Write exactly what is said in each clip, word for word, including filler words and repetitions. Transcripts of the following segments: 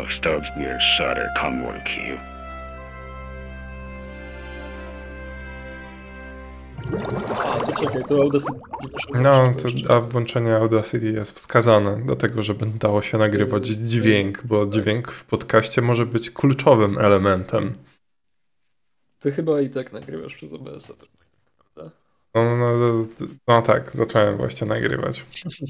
Stokes Beer Sutter Conway Q. A, to czekaj, to Audacity muszę No, włączyć to, jeszcze. a włączenie Audacity jest wskazane do tego, żeby dało się nagrywać dźwięk, bo dźwięk w podcaście może być kluczowym elementem. Ty chyba i tak nagrywasz przez O B S-a, prawda? No, no, no, no tak, zacząłem właśnie nagrywać.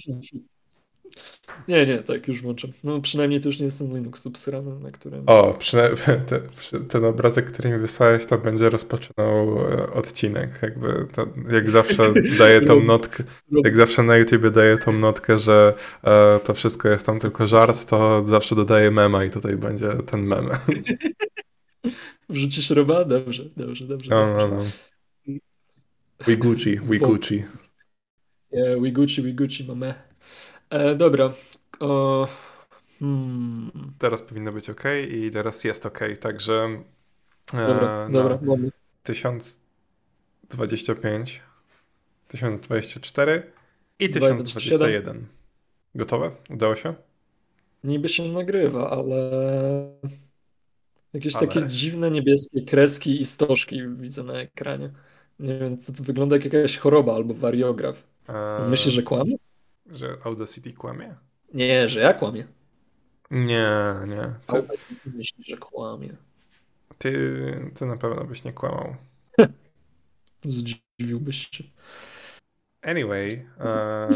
Nie, nie, tak, już włączam. No przynajmniej to już nie jest ten Linux obsrany, na którym... O, przynajmniej te, przy- ten obrazek, który mi wysłałeś, to będzie rozpoczynał e, odcinek. Jakby to, jak zawsze daję tą notkę, jak zawsze na YouTubie daję tą notkę, że e, to wszystko jest tam tylko żart, to zawsze dodaję mema i tutaj będzie ten mem. Wrzucisz roba? Dobrze, dobrze, dobrze. No, no, dobrze. no. We Gucci, we Gucci. Yeah, we Gucci, we Gucci, mamy. E, dobra. O, hmm. Teraz powinno być ok i teraz jest ok, także Dobra, e, dobra, na mamy. tysiąc dwadzieścia pięć, tysiąc dwadzieścia cztery i Dwa, tysiąc dwa, dwadzieścia jeden. Gotowe? Udało się? Niby się nagrywa, ale jakieś Ale? takie dziwne niebieskie kreski i stożki widzę na ekranie. Nie wiem, co to wygląda jak jakaś choroba albo wariograf. Eee, Myślisz, że kłamie? że Audacity kłamie? Nie, że ja kłamię. Nie, nie. Ty, Audacity myśli, że kłamie. ty, ty na pewno byś nie kłamał. Zdziwiłbyś się. Anyway, e,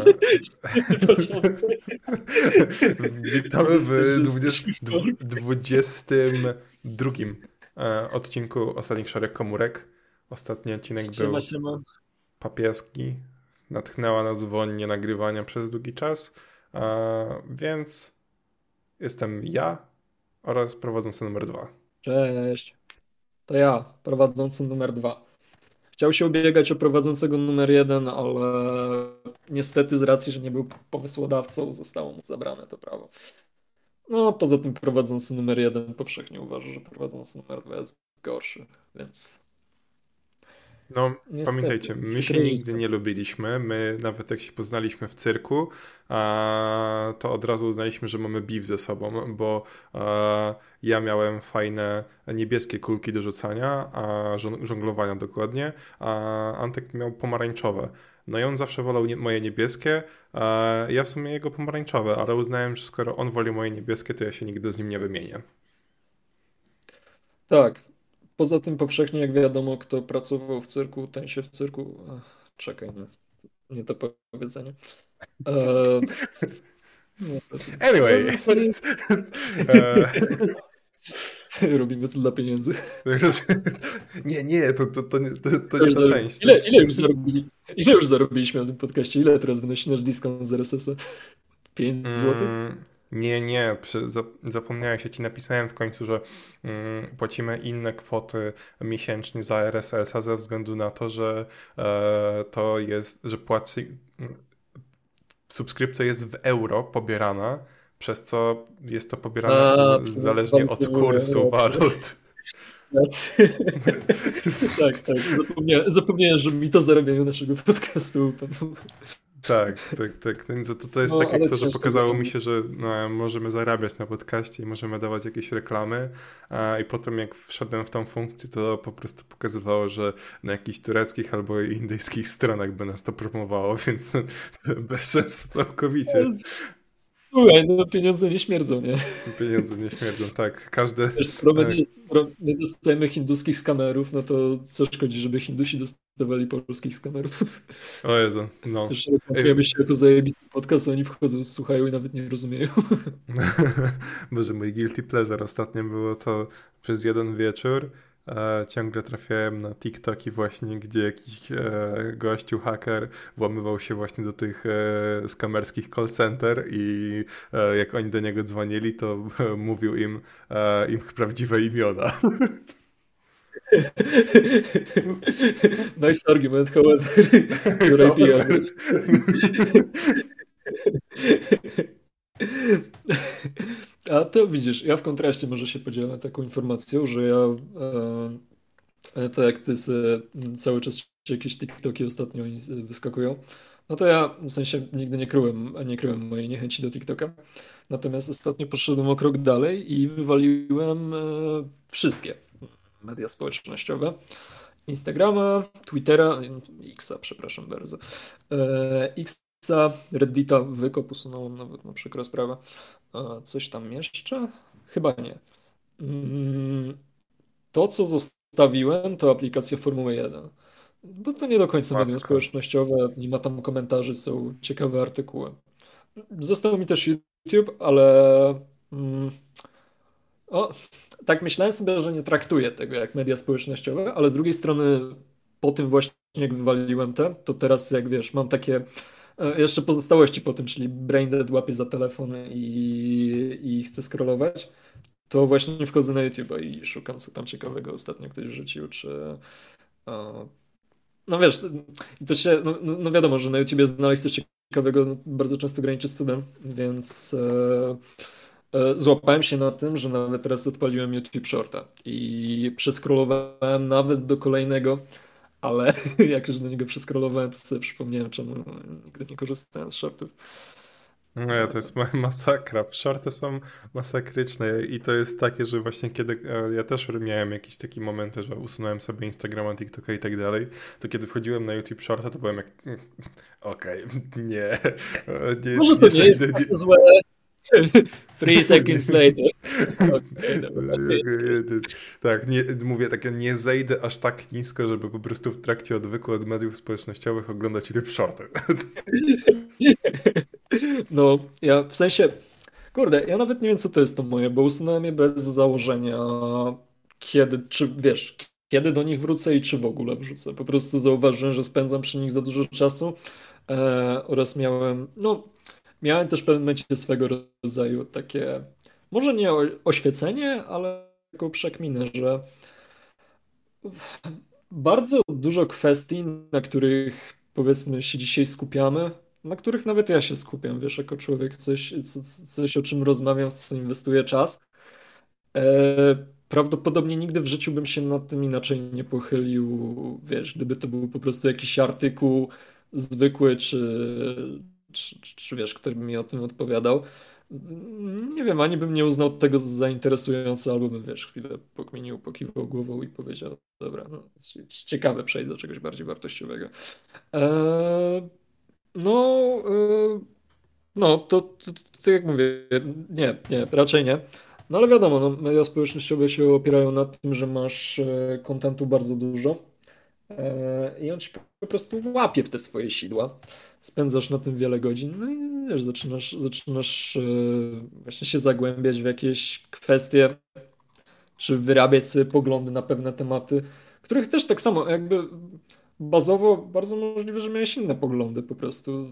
witamy w dwudziestym drugim e, odcinku Ostatnich Szarych Komórek. Ostatni odcinek był Siema, siema. papieski. Natchnęła nas woń nienagrywania przez długi czas, e, więc jestem ja oraz prowadzący numer dwa. Cześć. To ja, prowadzący numer dwa. Chciał się ubiegać o prowadzącego numer jeden, ale niestety z racji, że nie był pomysłodawcą, zostało mu zabrane to prawo. No, poza tym prowadzący numer jeden powszechnie uważa, że prowadzący numer dwa jest gorszy, więc No, niestety, pamiętajcie, my się przykre nigdy życie. nie lubiliśmy. My nawet jak się poznaliśmy w cyrku, a, to od razu uznaliśmy, że mamy beef ze sobą, bo a, ja miałem fajne niebieskie kulki do rzucania, a żong- żonglowania dokładnie, a Antek miał pomarańczowe. No i on zawsze wolał nie, moje niebieskie, a ja w sumie jego pomarańczowe, ale uznałem, że skoro on woli moje niebieskie, to ja się nigdy z nim nie wymienię. Tak. Poza tym powszechnie, jak wiadomo, kto pracował w cyrku, ten się w cyrku... Ach, czekaj, nie, nie to powiedzenie. Eee, nie, to- Anyway. to nie- e, Robimy to dla pieniędzy. Nie, nie, to, to, to, nie- to, to nie ta część. To Ile, jest- ile, już zarobili, ile już zarobiliśmy na tym podcaście? Ile teraz wynosi nasz dyskont z R S S-a? pięć złotych? Mm, nie, nie, przy, za, zapomniałeś, ja ci napisałem w końcu, że mm, płacimy inne kwoty miesięcznie za R S S-a ze względu na to, że e, to jest, że płaci, subskrypcja jest w euro pobierana, przez co jest to pobierane A, zależnie od kursu walut. Tak, tak. Zapomniałem, zapomniałem, że mi to zarabiają naszego podcastu. Tak, tak, tak. To, to, to jest No, tak jak ale to, że ciężko pokazało mi zarobić. się, że no, możemy zarabiać na podcaście i możemy dawać jakieś reklamy, a, i potem jak wszedłem w tą funkcję, to po prostu pokazywało, że na jakichś tureckich albo indyjskich stronach by nas to promowało, więc bez sensu całkowicie. Słuchaj, no pieniądze nie śmierdzą, nie? Pieniądze nie śmierdzą, tak. Każdy... Wiesz, skoro my nie, skoro my dostajemy hinduskich skamerów, no to co szkodzi, żeby Hindusi dostawali polskich skamerów? O Jezu, no. Wiesz, reklamujemy się jako zajebisty podcast, a oni wchodzą, słuchają i nawet nie rozumieją. Boże, mój guilty pleasure ostatnio było to przez jeden wieczór. E, ciągle trafiałem na TikToki właśnie, gdzie jakiś e, gościu, haker włamywał się właśnie do tych e, skamerskich call center i e, jak oni do niego dzwonili, to e, mówił im e, ich prawdziwe imiona. Nice argument, however. Your I P address. A to widzisz, ja w kontraście może się podzielę taką informacją, że ja e, tak jak ty se, cały czas ci jakieś TikToki ostatnio oni wyskakują, No to ja w sensie nigdy nie kryłem, nie kryłem mojej niechęci do TikToka. Natomiast ostatnio poszedłem o krok dalej i wywaliłem e, wszystkie media społecznościowe. Instagrama, Twittera, Xa, przepraszam bardzo. E, Xa, Reddita, wykop usunąłem nawet na przykłą sprawę. A coś tam jeszcze? Chyba nie. Mm, To, co zostawiłem, to aplikacja Formuły jeden. Bo to nie do końca medium Matko. społecznościowe, nie ma tam komentarzy, są ciekawe artykuły. Został mi też YouTube, ale mm, o, tak myślałem sobie, że nie traktuję tego jak media społecznościowe, ale z drugiej strony po tym właśnie jak wywaliłem te, to teraz jak wiesz, mam takie e, jeszcze pozostałości po tym, czyli brain dead łapię za telefon i, i chcę scrollować, to właśnie wchodzę na YouTube i szukam co tam ciekawego ostatnio ktoś rzucił, czy e, no wiesz, i to się, no, no no wiadomo, że na YouTubie znaleźć coś ciekawego no, bardzo często graniczy z cudem, więc e, e, złapałem się na tym, że nawet teraz odpaliłem YouTube Shorta i przeskrolowałem nawet do kolejnego, ale jak już do niego przeskrolowałem, to sobie przypomniałem, czemu nigdy nie korzystałem z shortów. Nie, to jest ma- masakra. Shorty są masakryczne i to jest takie, że właśnie kiedy e, ja też miałem jakieś takie momenty, że usunąłem sobie Instagrama, TikToka i tak dalej, to kiedy wchodziłem na YouTube Shorta, to byłem jak "Mm, okej, nie, e, nie, Może to nie nie jest zejdę, takie nie, złe. Three seconds later. Okej, dobra. Nie, nie jest. tak, nie, mówię takie, nie zejdę aż tak nisko, żeby po prostu w trakcie odwyku od mediów społecznościowych oglądać YouTube Shorty. No, ja w sensie, kurde, ja nawet nie wiem, co to jest to moje, bo usunąłem je bez założenia, kiedy, czy wiesz, kiedy do nich wrócę i czy w ogóle wrzucę. Po prostu zauważyłem, że spędzam przy nich za dużo czasu e, oraz miałem, no, miałem też w pewnym momencie swego rodzaju takie, może nie o- oświecenie, ale taką przekminę, że bardzo dużo kwestii, na których powiedzmy się dzisiaj skupiamy, na których nawet ja się skupiam, wiesz, jako człowiek, coś, co- coś o czym rozmawiam, w co inwestuję czas. E, prawdopodobnie nigdy w życiu bym się nad tym inaczej nie pochylił, wiesz, gdyby to był po prostu jakiś artykuł zwykły, czy, czy, czy, czy wiesz, ktoś by mi o tym odpowiadał. Nie wiem, ani bym nie uznał tego za zainteresujące, albo bym, wiesz, chwilę pokminił, pokiwał głową i powiedział, dobra, no, c- ciekawe, przejdę do czegoś bardziej wartościowego. E, no, e, no, to, to, to, to jak mówię, nie, nie, raczej nie. No ale wiadomo, no, media społecznościowe się opierają na tym, że masz e, kontentu bardzo dużo e, i on ci po prostu łapie w te swoje sidła. Spędzasz na tym wiele godzin, no i wiesz, zaczynasz, zaczynasz e, właśnie się zagłębiać w jakieś kwestie, czy wyrabiać sobie poglądy na pewne tematy, których też tak samo, jakby bazowo bardzo możliwe, że miałeś inne poglądy po prostu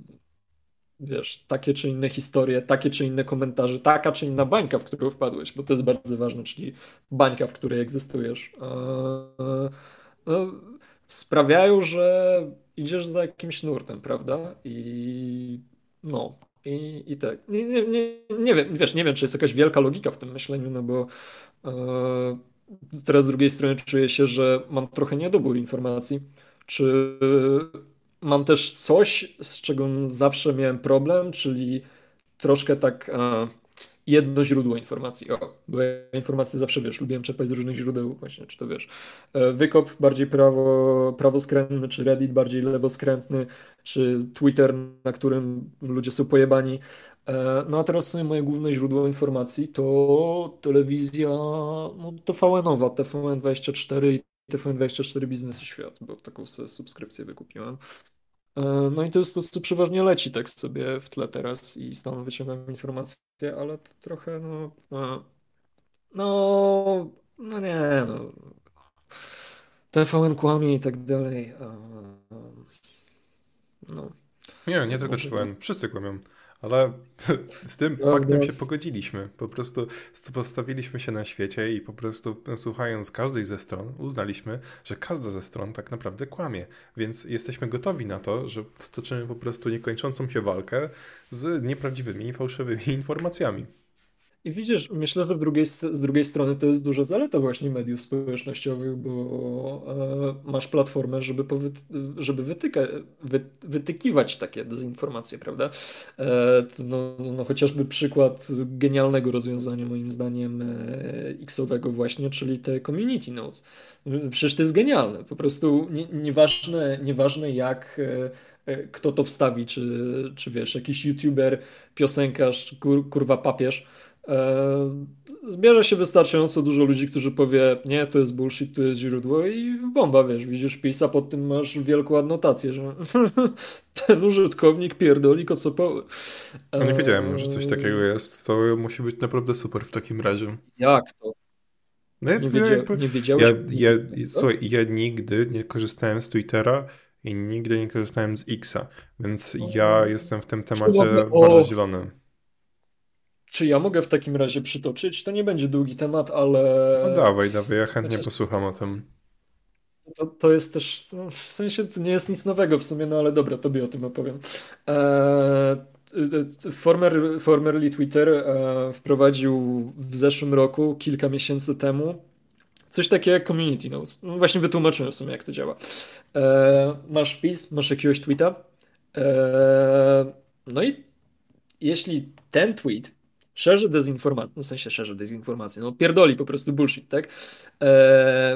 wiesz, takie czy inne historie, takie czy inne komentarze, taka czy inna bańka, w którą wpadłeś, bo to jest bardzo ważne, czyli bańka, w której egzystujesz, e, no, sprawiają, że idziesz za jakimś nurtem, prawda? I no, i, i tak. Nie, nie, nie, nie wiem, wiesz, nie wiem, czy jest jakaś wielka logika w tym myśleniu, no bo e, teraz z drugiej strony czuję się, że mam trochę niedobór informacji, czy mam też coś, z czego zawsze miałem problem, czyli troszkę tak e, jedno źródło informacji. O, bo ja informacje zawsze, wiesz, lubiłem czerpać z różnych źródeł, właśnie, czy to wiesz, e, Wykop bardziej prawo, prawoskrętny, czy Reddit bardziej lewoskrętny, czy Twitter, na którym ludzie są pojebani. E, No a teraz sobie moje główne źródło informacji to telewizja, no T V N-owa, T V N dwadzieścia cztery i T V N dwadzieścia cztery Biznes i Świat, bo taką sobie subskrypcję wykupiłem. E, No i to jest to, co przeważnie leci tak sobie w tle teraz i stąd wyciągam informacje, ale to trochę no, e, no, no nie, no. T V N kłamie i tak dalej. e, e, No, Nie, nie tylko może nie. T V N, wszyscy kłamią, ale z tym Prawda. faktem się pogodziliśmy. Po prostu postawiliśmy się na świecie i po prostu słuchając każdej ze stron, uznaliśmy, że każda ze stron tak naprawdę kłamie. Więc jesteśmy gotowi na to, że stoczymy po prostu niekończącą się walkę z nieprawdziwymi i fałszywymi informacjami. I widzisz, myślę, że drugiej, st- z drugiej strony to jest duża zaleta właśnie mediów społecznościowych, bo e, masz platformę, żeby, powyt, żeby wytyka, wy, wytykiwać takie dezinformacje, prawda? E, to no, no chociażby przykład genialnego rozwiązania moim zdaniem e, X-owego właśnie, czyli te community notes. Przecież to jest genialne, po prostu nie, nieważne, nieważne jak e, e, kto to wstawi, czy, czy wiesz, jakiś youtuber, piosenkarz, kur, kurwa papież, E, zbierze się wystarczająco dużo ludzi, którzy powie, nie, to jest bullshit, tu jest źródło i bomba, wiesz, widzisz wpis, a pod tym masz wielką adnotację, że ten użytkownik pierdoli kocopoły. No nie E, wiedziałem, że coś takiego jest. To musi być naprawdę super w takim razie. jak to? No ja, Nie ja, wiedzia, jakby, nie ja, wiedziałeś? Nie ja, wiedziałeś tego? słuchaj, ja nigdy nie korzystałem z Twittera i nigdy nie korzystałem z Xa, więc ja jestem w tym Czy temacie mogę, bardzo o, zielony. czy ja mogę w takim razie przytoczyć? To nie będzie długi temat, ale No dawaj, dawaj, ja chętnie chociaż posłucham o tym. To, to jest też, no, w sensie to nie jest nic nowego w sumie, no ale dobra, tobie o tym opowiem. Eee, former, formerly Twitter e, wprowadził w zeszłym roku, kilka miesięcy temu, coś takiego jak Community Notes. No, właśnie wytłumaczyłem w sumie, jak to działa. Eee, masz wpis, masz jakiegoś tweeta, eee, no i jeśli ten tweet szerzy dezinformację, no w sensie szerzy dezinformację, no pierdoli po prostu bullshit, tak? Eee,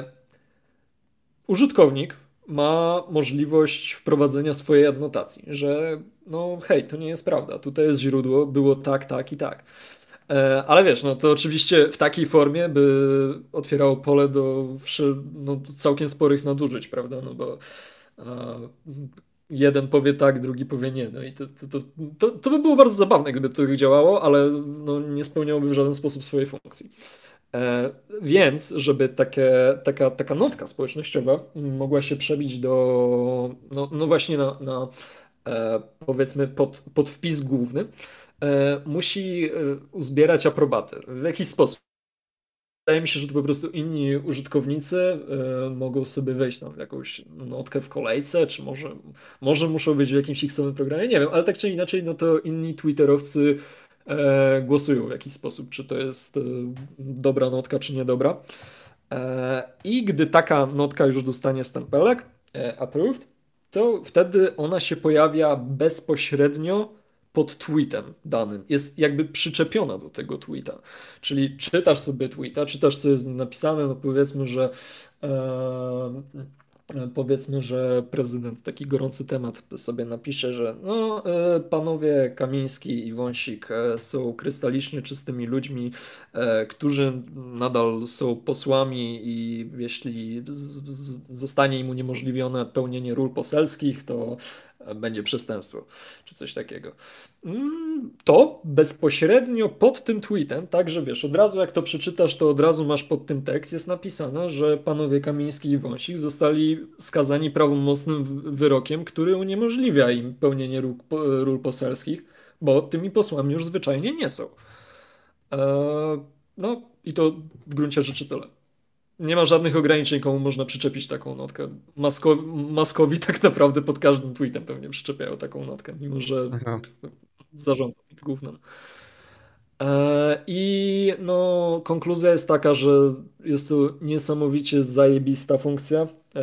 użytkownik ma możliwość wprowadzenia swojej adnotacji, że no hej, to nie jest prawda, tutaj jest źródło, było tak, tak i tak. E, Ale wiesz, no to oczywiście w takiej formie by otwierało pole do wszy- no, całkiem sporych nadużyć, prawda? No bo e, jeden powie tak, drugi powie nie. No i to, to, to, to, to by było bardzo zabawne, gdyby to tak działało, ale no, nie spełniałoby w żaden sposób swojej funkcji. E, Więc, żeby takie, taka, taka notka społecznościowa mogła się przebić do, no, no właśnie na, na e, powiedzmy pod, pod wpis główny, e, musi e, uzbierać aprobatę. W jaki sposób? Wydaje mi się, że to po prostu inni użytkownicy e, mogą sobie wejść tam w jakąś notkę w kolejce, czy może, może muszą być w jakimś X-owym programie, nie wiem, ale tak czy inaczej, no to inni twitterowcy e, głosują w jakiś sposób, czy to jest e, dobra notka, czy niedobra. E, I gdy taka notka już dostanie stempelek, e, approved, to wtedy ona się pojawia bezpośrednio pod tweetem danym. Jest jakby przyczepiona do tego tweeta. Czyli czytasz sobie tweeta, czytasz co jest napisane, no powiedzmy, że e, powiedzmy, że prezydent, taki gorący temat sobie napisze, że no, e, panowie Kamiński i Wąsik e, są krystalicznie czystymi ludźmi, e, którzy nadal są posłami i jeśli z, z, zostanie im uniemożliwione pełnienie ról poselskich, to e, będzie przestępstwo, czy coś takiego. Mm, To bezpośrednio pod tym tweetem, także wiesz, od razu jak to przeczytasz, to od razu masz pod tym tekst, jest napisane, że panowie Kamiński i Wąsik zostali skazani prawomocnym wy- wyrokiem, który uniemożliwia im pełnienie ról, po- ról poselskich, bo tymi posłami już zwyczajnie nie są. Eee, no i to w gruncie rzeczy tyle. Nie ma żadnych ograniczeń, komu można przyczepić taką notkę. Masko, maskowi tak naprawdę pod każdym tweetem pewnie przyczepiają taką notkę, mimo że No, zarządza tym gównem. E, I no, konkluzja jest taka, że jest to niesamowicie zajebista funkcja. E,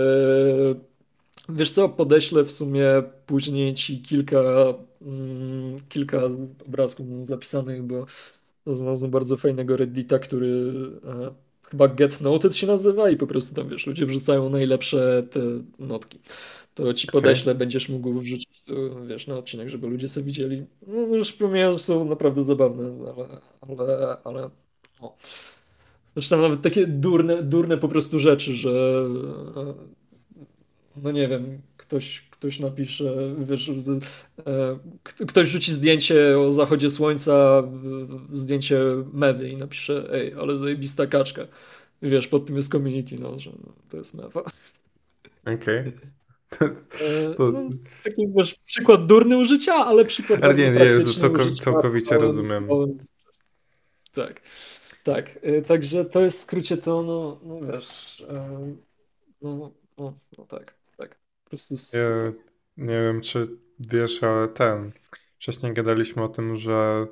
Wiesz co, podeślę w sumie później ci kilka, mm, kilka obrazków zapisanych, bo znalazłem bardzo fajnego Reddita, który e, chyba Get Noted się nazywa i po prostu tam, wiesz, ludzie wrzucają najlepsze te notki. To ci okej. podeślę, będziesz mógł wrzucić to, wiesz, na odcinek, żeby ludzie sobie widzieli. No, już pomijam, że są naprawdę zabawne, ale, ale, ale no. Zresztą tam nawet takie durne, durne po prostu rzeczy, że e, no nie wiem, ktoś, ktoś napisze, wiesz, e, k- ktoś rzuci zdjęcie o zachodzie słońca, e, zdjęcie mewy i napisze, ej, ale zajebista kaczka. Wiesz, pod tym jest community, no, że no, to jest mewa. Okej. E, To, No, taki wiesz, przykład durny użycia, ale przykład ale nie, bardzo nie, to praktyczny całko- użycia. w całkowicie małym- rozumiem. małym- Tak, tak. E, Także to jest w skrócie to, no, no wiesz, e, no, no, no tak, tak. Po prostu Ja super. nie wiem, czy wiesz, ale ten. Wcześniej gadaliśmy o tym, że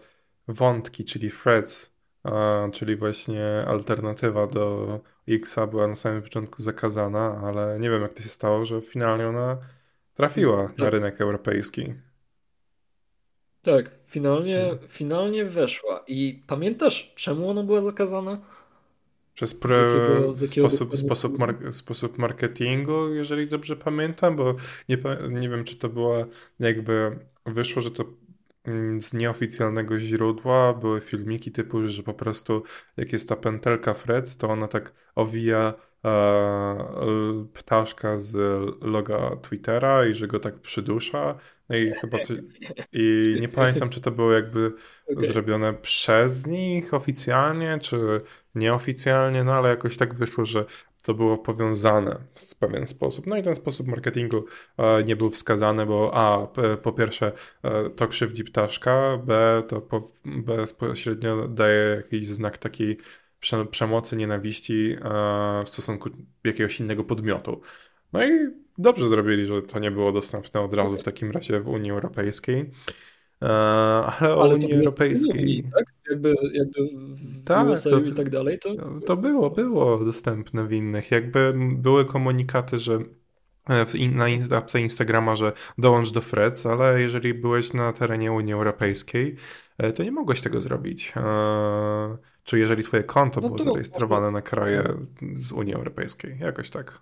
wątki, czyli threads, a, czyli właśnie alternatywa do Xa była na samym początku zakazana, ale nie wiem jak to się stało, że finalnie ona trafiła na Tak, rynek europejski. tak, finalnie, Hmm. finalnie weszła. I pamiętasz, czemu ona była zakazana? Przez Z jakiego, pre... z jakiego sposób, dokładnie sposób, powodu? mar... sposób marketingu, jeżeli dobrze pamiętam, bo nie, pa- nie wiem, czy to była jakby wyszło, że to mm, z nieoficjalnego źródła były filmiki typu, że po prostu jak jest ta pętelka Freds, to ona tak owija e, l- ptaszka z loga Twittera i że go tak przydusza. No i chyba coś... I nie pamiętam, czy to było jakby Okej. zrobione przez nich oficjalnie, czy nieoficjalnie, no ale jakoś tak wyszło, że to było powiązane w pewien sposób. No i ten sposób marketingu e, nie był wskazany, bo a, p- po pierwsze e, to krzywdzi ptaszka, b to po, bezpośrednio daje jakiś znak takiej prze, przemocy, nienawiści e, w stosunku jakiegoś innego podmiotu. No i dobrze zrobili, że to nie było dostępne od razu w Okej. takim razie w Unii Europejskiej. E, ale o Ale to Unii było tylko w Unii, Europejskiej. tak? Jakby, jakby w Tak, U S A to, i tak dalej, to to było, było dostępne w innych. Jakby były komunikaty, że e, w in, na in- apce Instagrama, że dołącz do Threads, ale jeżeli byłeś na terenie Unii Europejskiej, e, to nie mogłeś tego zrobić. E, Czy jeżeli twoje konto no było to może. zarejestrowane na kraje z Unii Europejskiej, jakoś tak.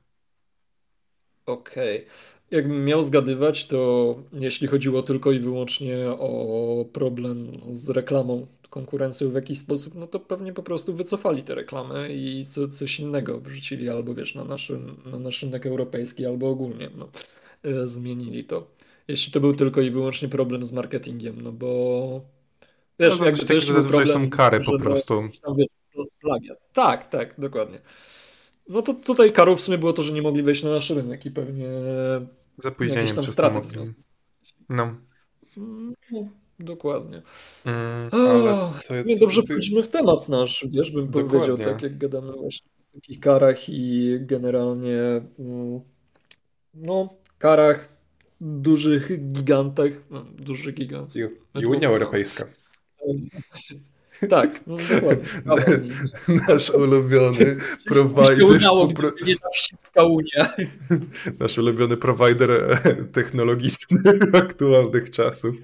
Okej. Jakbym miał zgadywać, to jeśli chodziło tylko i wyłącznie o problem z reklamą, konkurencją w jakiś sposób, no to pewnie po prostu wycofali te reklamy i co, coś innego wrzucili albo wiesz, na nasz, na nasz rynek europejski, albo ogólnie, no, e, zmienili to. Jeśli to był tylko i wyłącznie problem z marketingiem, no bo No wiesz, jakby zazwyczaj, to jeszcze był zazwyczaj są problem z kary tym, po że no, prostu. jakiś tam wiesz, plagiat. Tak, tak, dokładnie. No to tutaj karą w sumie było to, że nie mogli wejść na nasz rynek i pewnie Z jakieś opóźnieniem tam czysto straty w mogli. związku z No. tym. No, dokładnie. Mm, ale O, co, nie co dobrze wy... wchodzimy w temat nasz, wiesz, bym powiedział, Dokładnie. tak jak gadamy właśnie o takich karach i generalnie mm, no, karach, dużych gigantach, no, dużych gigant, I, i Unia no, no. Europejska. Tak, no dokładnie. Brawo mi. Nasz ulubiony Mi się provider, udało, popro... gdyby nie ta wścibska Unia. nasz ulubiony provider e, technologiczny aktualnych czasów.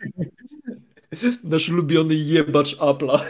Nasz ulubiony jebacz Apple'a.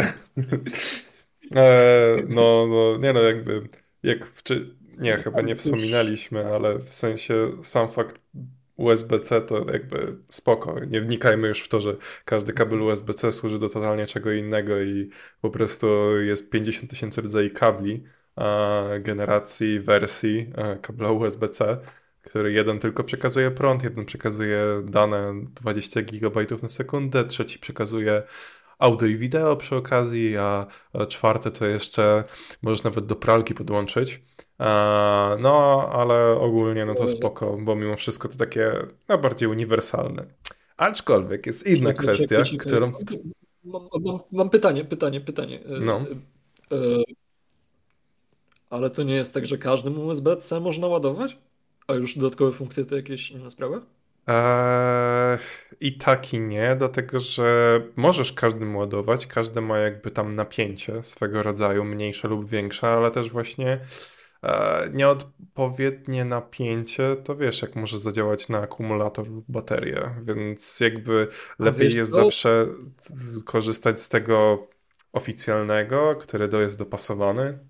E, no, no, nie no, jakby, jak wczy... nie, chyba nie Ale to już... wspominaliśmy, ale w sensie sam fakt U S B C to jakby spoko. Nie wnikajmy już w to, że każdy kabel U S B C służy do totalnie czego innego i po prostu jest pięćdziesiąt tysięcy rodzajów kabli, a, generacji, wersji a, kabla U S B C, który jeden tylko przekazuje prąd, jeden przekazuje dane dwadzieścia gigabajtów na sekundę, trzeci przekazuje audio i wideo przy okazji, a a czwarte to jeszcze możesz nawet do pralki podłączyć. E, No, ale ogólnie no to spoko, bo mimo wszystko to takie no, bardziej uniwersalne. Aczkolwiek jest inna Jak leci, jak kwestia, leci. którą... Mam, mam, mam pytanie, pytanie, pytanie. No. E, e, ale to nie jest tak, że każdym U S B C można ładować? A już dodatkowe funkcje to jakieś inne sprawy? Eee, I tak i nie, dlatego że możesz każdym ładować, każdy ma jakby tam napięcie swego rodzaju, mniejsze lub większe, ale też właśnie e, nieodpowiednie napięcie, to wiesz, jak może zadziałać na akumulator lub baterię, więc jakby A lepiej wiesz jest co? zawsze z- korzystać z tego oficjalnego, który do jest dopasowany.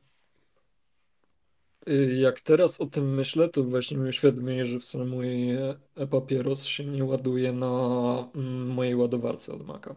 Y, Jak teraz o tym myślę, to właśnie mi uświadomienie, że w sumie mój e-papieros się nie ładuje na mm, mojej ładowarce od Maca.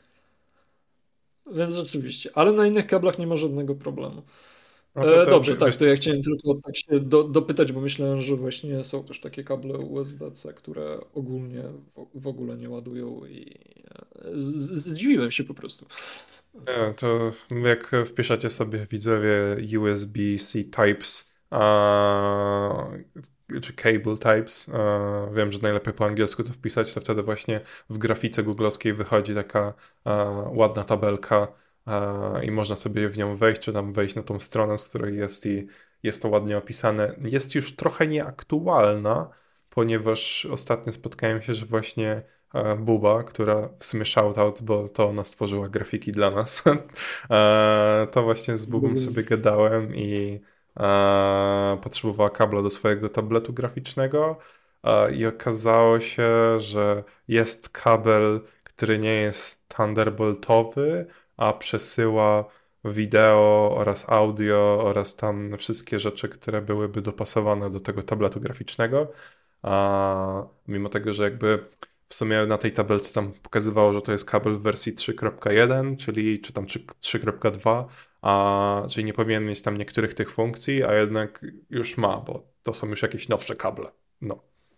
Więc rzeczywiście, ale na innych kablach nie ma żadnego problemu. No to, E, to dobrze, wi- tak, wiesz, to ja chciałem tylko tak się do, dopytać, bo myślałem, że właśnie są też takie kable U S B C, które ogólnie w, w ogóle nie ładują i e, z, z- zdziwiłem się po prostu. nie, to jak wpiszecie sobie widzowie U S B-C Types, a, czy Cable Types, a, wiem, że najlepiej po angielsku to wpisać, to wtedy właśnie w grafice googlowskiej wychodzi taka a, ładna tabelka a, i można sobie w nią wejść, czy tam wejść na tą stronę, z której jest i jest to ładnie opisane. Jest już trochę nieaktualna, ponieważ ostatnio spotkałem się, że właśnie e, Buba, która w sumie shoutout, bo to ona stworzyła grafiki dla nas. e, to właśnie z Bubą sobie gadałem i e, potrzebowała kabla do swojego tabletu graficznego e, i okazało się, że jest kabel, który nie jest thunderboltowy, a przesyła wideo oraz audio oraz tam wszystkie rzeczy, które byłyby dopasowane do tego tabletu graficznego. A mimo tego, że jakby w sumie na tej tabelce tam pokazywało, że to jest kabel w wersji trzy kropka jeden, czyli czy tam trzy kropka dwa, a czyli nie powinien mieć tam niektórych tych funkcji, a jednak już ma, bo to są już jakieś nowsze kable. No.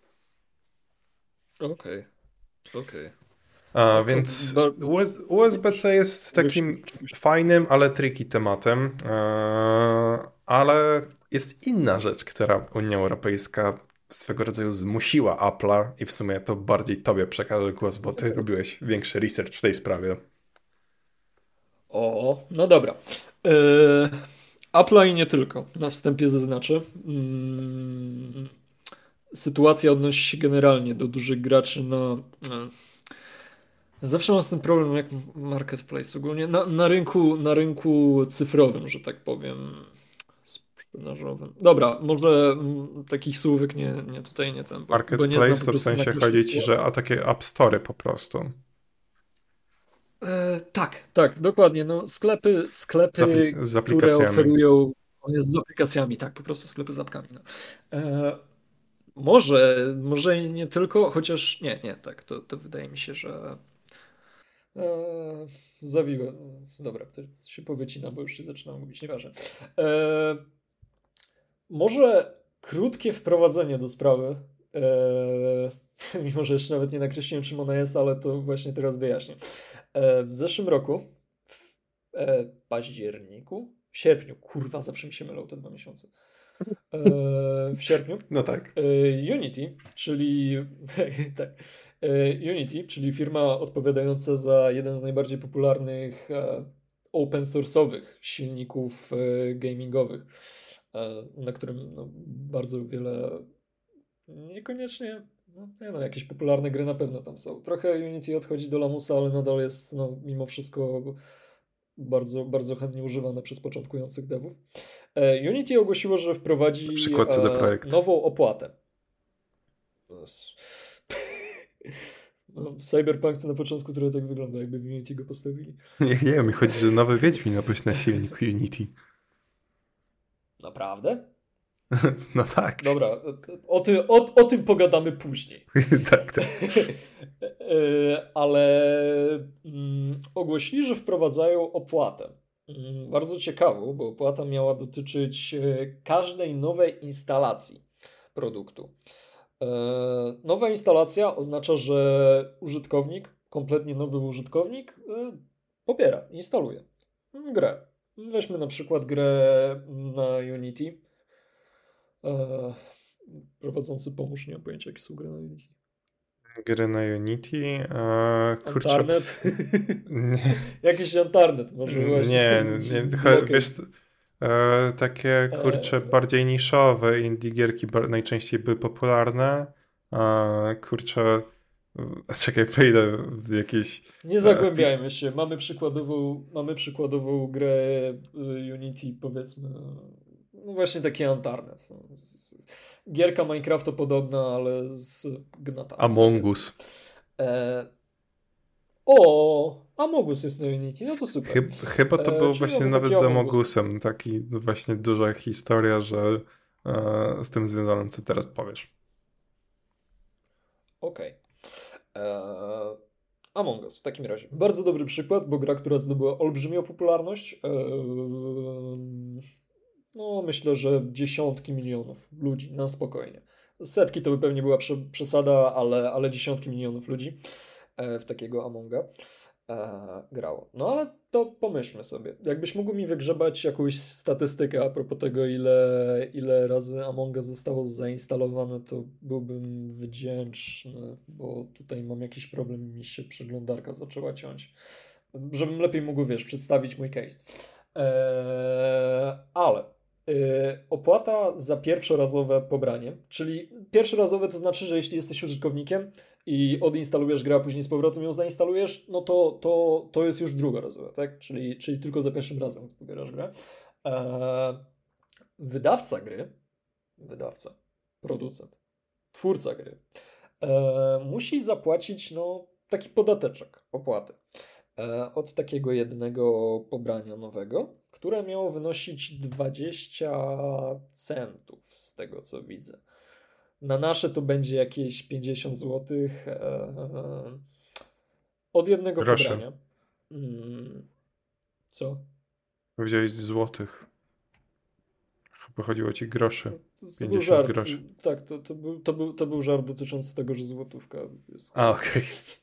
Okej, okej. A, No, więc to- U S B C jest takim fajnym, ale tricky tematem, e, ale jest inna rzecz, która Unia Europejska swego rodzaju zmusiła Apple'a i w sumie to bardziej tobie przekażę głos, bo ty robiłeś większy research w tej sprawie. O, no dobra. Yy, Apple'a i nie tylko. Na wstępie zaznaczę. Mm, sytuacja odnosi się generalnie do dużych graczy na... no, zawsze mam z tym problem jak marketplace ogólnie. Na, na, rynku, na rynku cyfrowym, że tak powiem. Sprzedażowym. Dobra, może mm, takich słówek nie, nie tutaj nie ten, bo, bo nie znam Marketplace po to w prostu sensie na chodzi ci, że a takie App Store po prostu. E, tak, tak, dokładnie. No, sklepy, sklepy, Z aplik- z które aplikacjami. oferują o jest z aplikacjami, tak, po prostu sklepy z apkami. No. E, może, może i nie tylko, chociaż nie, nie, tak, to, to wydaje mi się, że e, zawiłem. Dobra, to się powycina, bo już się zaczynam mówić, nieważne. E, może krótkie wprowadzenie do sprawy. E, mimo że jeszcze nawet nie nakreśliłem, czym ona jest, ale to właśnie teraz wyjaśnię. E, w zeszłym roku, w e, październiku, w sierpniu, kurwa, zawsze mi się mylą te dwa miesiące. E, w sierpniu No tak. e, Unity, czyli tak, e, Unity, czyli firma odpowiadająca za jeden z najbardziej popularnych e, open source'owych silników e, gamingowych, e, na którym no, bardzo wiele niekoniecznie, no, nie no, jakieś popularne gry na pewno tam są. Trochę Unity odchodzi do lamusa, ale nadal jest no, mimo wszystko bardzo, bardzo chętnie używane przez początkujących devów. E, Unity ogłosiło, że wprowadzi Przykład C D e, Projekt. nową opłatę. No, Cyberpunk to na początku trochę tak wygląda, jakby w Unity go postawili. Nie, nie, mi chodzi, że nowy Wiedźmin ma być na silniku Unity. Naprawdę? No tak. Dobra, o, ty, o, o tym pogadamy później. tak, tak. E, ale mm, ogłosili, że wprowadzają opłatę. Mm, bardzo ciekawą, bo opłata miała dotyczyć e, każdej nowej instalacji produktu. E, nowa instalacja oznacza, że użytkownik, kompletnie nowy użytkownik, e, pobiera, instaluje grę. Weźmy na przykład grę na Unity. E, prowadzący pomóż, nie mam pojęcia, jakie są gry na Unity. Gry na Unity. E, kurczę. Antarnet? Nie. Jakiś Antarnet może właśnie. Nie, nie cho- wiesz, e, takie kurczę E. bardziej niszowe indie gierki bar- najczęściej były popularne. E, kurczę, e, czekaj, wejdę w jakieś... Nie zagłębiajmy się. Mamy przykładową, mamy przykładową grę y, Unity, powiedzmy. No właśnie taki Antarnet. No, z- z- Gierka Minecrafta podobna, ale z gnatami. Among Us. E... O, Among Us jest na Unity, no to super. Chyb, chyba to E, było czyli właśnie mamy nawet taki z Among Among Usem. Taki właśnie duża historia, że e, z tym związanym, co teraz powiesz. Okej. Eee, Among Us w takim razie. Bardzo dobry przykład, bo gra, która zdobyła olbrzymią popularność. Eee, no, myślę, że dziesiątki milionów ludzi na spokojnie. Setki to by pewnie była prze, przesada, ale, ale dziesiątki milionów ludzi e, w takiego Amonga e, grało. No ale to pomyślmy sobie. Jakbyś mógł mi wygrzebać jakąś statystykę a propos tego, ile, ile razy Amonga zostało zainstalowane, to byłbym wdzięczny, bo tutaj mam jakiś problem, mi się przeglądarka zaczęła ciąć. Żebym lepiej mógł, wiesz, przedstawić mój case. Eee, ale Yy, opłata za pierwszorazowe pobranie, czyli pierwszorazowe to znaczy, że jeśli jesteś użytkownikiem i odinstalujesz grę, a później z powrotem ją zainstalujesz, no to, to, to jest już drugorazowe, tak? Czyli, czyli tylko za pierwszym razem pobierasz grę. Eee, wydawca gry, wydawca, producent, twórca gry eee, musi zapłacić no, taki podateczek opłaty e, od takiego jednego pobrania nowego, które miało wynosić dwadzieścia centów z tego co widzę. Na nasze to będzie jakieś pięćdziesiąt złotych e, od jednego Groszy. pobrania. Mm, co? Powiedziałeś złotych. Chyba chodziło ci groszy. To, to był pięćdziesiąt żart. groszy. Tak, to, to, był, to, był, to był żart dotyczący tego, że złotówka jest. A, okej.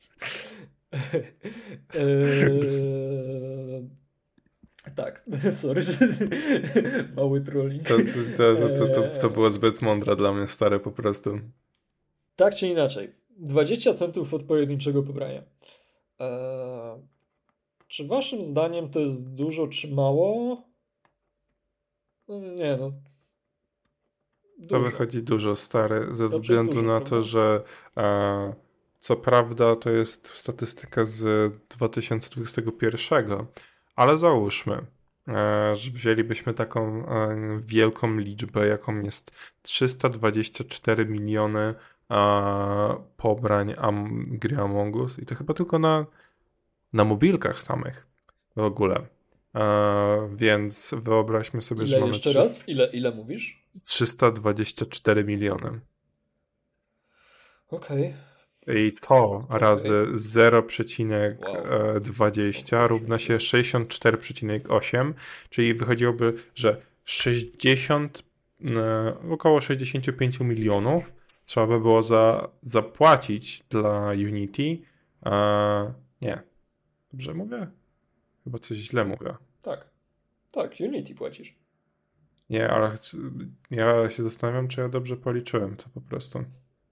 Eee, tak, sorry, że mały trolling. To, to, to, to, to, to było zbyt mądre dla mnie, stare po prostu. Tak czy inaczej, dwadzieścia centów od pojedynczego pobrania. Eee, czy waszym zdaniem to jest dużo, czy mało? No, nie no. To Dużo. wychodzi dużo, stary, ze Dobrze, względu dużo, na prawda? to, że e, co prawda to jest statystyka z dwa tysiące dwudziestego pierwszego, ale załóżmy, e, że wzięlibyśmy taką e, wielką liczbę, jaką jest trzysta dwadzieścia cztery miliony e, pobrań am, gry Among Us i to chyba tylko na, na mobilkach samych w ogóle. E, więc wyobraźmy sobie, że Ile mamy jeszcze trzysta raz? Ile, ile mówisz? trzysta dwadzieścia cztery miliony. Okej. I to Okej. razy zero przecinek Wow. dwadzieścia równa się sześćdziesiąt cztery przecinek osiem, czyli wychodziłoby, że sześćdziesiąt, e, około sześćdziesiąt pięć milionów trzeba by było za, zapłacić dla Unity. E, nie. Dobrze mówię? Chyba coś źle mówię. Tak. Tak, Unity płacisz. Nie, ale ch- ja się zastanawiam, czy ja dobrze policzyłem to po prostu.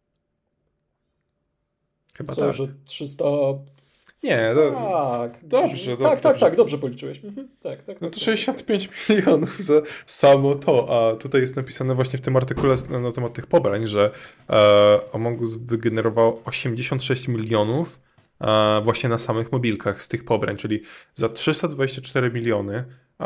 Chyba Co, tak. że trzysta... Nie, to, Tak. dobrze, brzmi- do- tak, tak, dobrze. tak, dobrze policzyłeś. Mhm. Tak, tak, No tak, to tak, sześćdziesiąt pięć milionów za samo to, a tutaj jest napisane właśnie w tym artykule na, na temat tych pobrań, że e, Among Us wygenerował osiemdziesiąt sześć milionów e, właśnie na samych mobilkach z tych pobrań, czyli za trzysta dwadzieścia cztery miliony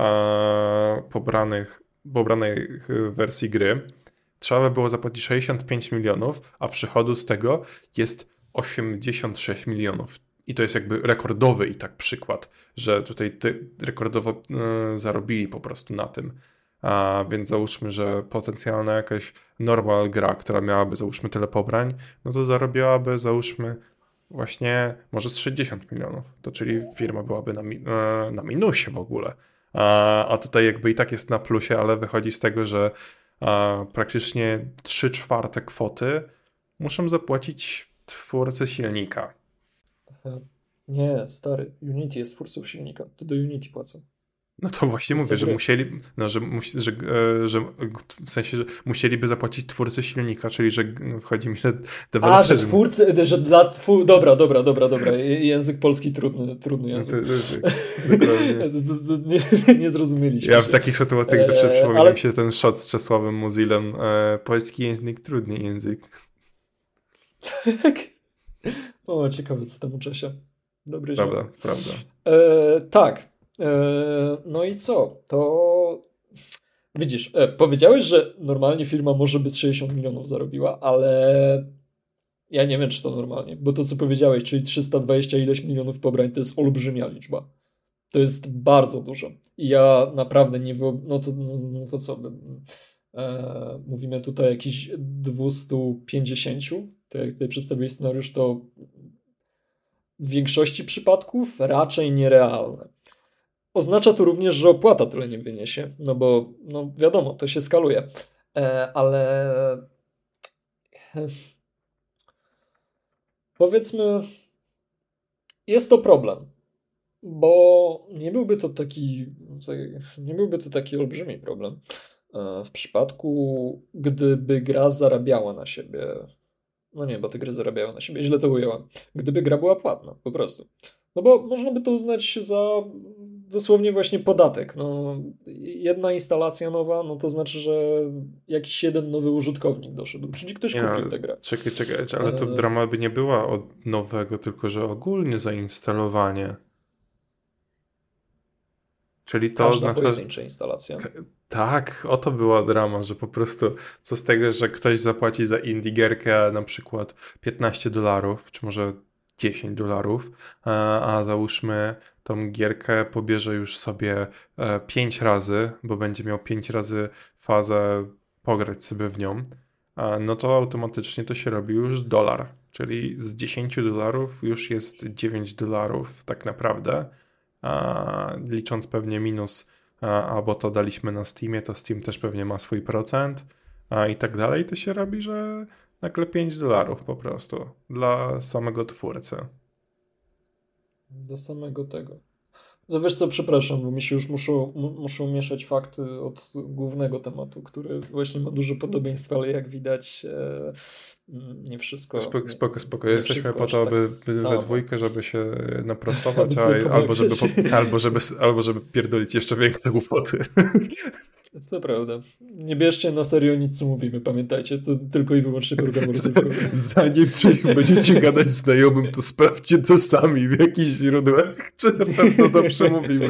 e, pobranych, pobranych wersji gry trzeba by było zapłacić sześćdziesiąt pięć milionów, a przychodu z tego jest osiemdziesiąt sześć milionów. I to jest jakby rekordowy i tak przykład, że tutaj ty rekordowo y, zarobili po prostu na tym. A więc załóżmy, że potencjalna jakaś normal gra, która miałaby załóżmy tyle pobrań, no to zarobiłaby załóżmy właśnie może z sześćdziesiąt milionów. To czyli firma byłaby na, mi, y, na minusie w ogóle. A, a tutaj jakby i tak jest na plusie, ale wychodzi z tego, że a, praktycznie trzy czwarte kwoty muszą zapłacić twórcy silnika. Aha. Nie, stary. Unity jest twórcą silnika. To do Unity płacą. No to właśnie Za mówię, że gry. musieli, no, że, musi, że, e, że w sensie, że musieliby zapłacić twórcy silnika, czyli że wchodzi mi, że A, że deweloperzy. twórcy, że dla twór... Dobra, dobra, dobra, dobra. Język polski trudny, trudny No to, język. to, to, dokładnie. Z- z- Nie, nie zrozumieliśmy Ja w się. takich sytuacjach zawsze Eee, przypomina ale- mi się ten shot z Czesławem Muzilem. E, polski język, trudny język. Tak. O, ciekawe, co tam uczy się. Dobry Prawda, ziomek. prawda. E, tak. E, no i co? To widzisz, e, powiedziałeś, że normalnie firma może by z sześćdziesiąt milionów zarobiła, ale ja nie wiem, czy to normalnie, bo to, co powiedziałeś, czyli trzysta dwadzieścia ileś milionów pobrań, to jest olbrzymia liczba. To jest bardzo dużo. I ja naprawdę nie wyob... No to, no to co? E, mówimy tutaj o jakichś dwieście pięćdziesiąt. To jak tutaj przedstawiłeś scenariusz, to w większości przypadków raczej nierealne. Oznacza to również, że opłata tyle nie wyniesie, no bo no wiadomo, to się skaluje. E, ale e, powiedzmy, jest to problem, bo nie byłby to taki, nie byłby to taki olbrzymi problem e, w przypadku, gdyby gra zarabiała na siebie. No nie, bo te gry zarabiały na siebie. Źle to ujęłam. Gdyby gra była płatna, po prostu. No bo można by to uznać za dosłownie właśnie podatek. No, jedna instalacja nowa, no to znaczy, że jakiś jeden nowy użytkownik doszedł, czyli ktoś Nie, kupił no, tę grę. czekaj, czekaj, ale to E, drama by nie była od nowego, tylko że ogólnie zainstalowanie. Czyli to Każda oznacza, pojedyncza instalacja. tak, oto była drama, że po prostu co z tego, że ktoś zapłaci za indie gierkę na przykład piętnaście dolarów, czy może dziesięć dolarów, a, a załóżmy tą gierkę pobierze już sobie e, pięć razy, bo będzie miał pięć razy fazę pograć sobie w nią, a, no to automatycznie to się robi już dolar, czyli z dziesięć dolarów już jest dziewięć dolarów tak naprawdę, a, licząc pewnie minus, a, albo to daliśmy na Steamie, to Steam też pewnie ma swój procent a, i tak dalej, to się robi, że nagle pięć dolarów po prostu dla samego twórcy. Do samego tego. No wiesz co, przepraszam, bo mi się już muszą, m- muszą mieszać fakty od głównego tematu, który właśnie ma dużo podobieństw, ale jak widać e, mm, nie wszystko. Spoko, nie, spoko, spoko. nie Jesteśmy wszystko po aż to, tak aby by we samo. dwójkę, żeby się naprostować, Aby sobie a, albo, żeby, pomagać. po- albo, żeby, albo żeby pierdolić jeszcze większe głupoty. To prawda. Nie bierzcie na serio nic, co mówimy, pamiętajcie, to tylko i wyłącznie program rozrywkowy. Zanim coś będziecie gadać znajomym, to sprawdźcie to sami w jakichś źródłach, czy na pewno dobrze mówimy.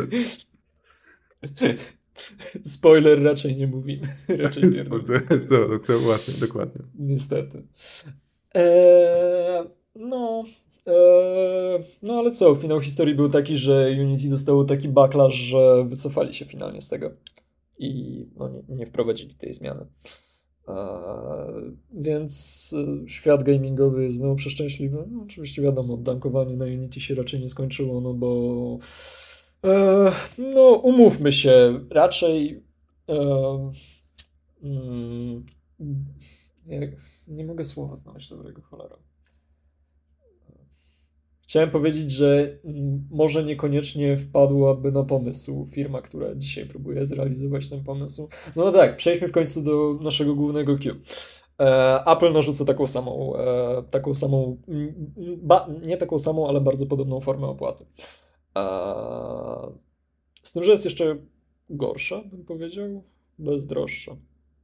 Spoiler, raczej nie mówimy. Raczej pierdolimy. To jest to, to ładnie, dokładnie. Niestety. Eee, no, eee, no ale co, finał historii był taki, że Unity dostało taki backlash, że wycofali się finalnie z tego i no, nie, nie wprowadzili tej zmiany. Eee, więc e, świat gamingowy jest znowu przeszczęśliwy. No, oczywiście wiadomo, dankowanie na Unity się raczej nie skończyło, no bo eee, no umówmy się, raczej eee, mm, nie, nie mogę słowa znaleźć dobrego, cholera. Chciałem powiedzieć, że mm, może niekoniecznie wpadłaby na pomysł firma, która dzisiaj próbuje zrealizować ten pomysł. No tak, przejdźmy w końcu do naszego głównego Q. E, Apple narzuca taką samą, e, taką samą, mm, ba, nie taką samą, ale bardzo podobną formę opłaty. E, z tym, że jest jeszcze gorsza, bym powiedział, bez droższa.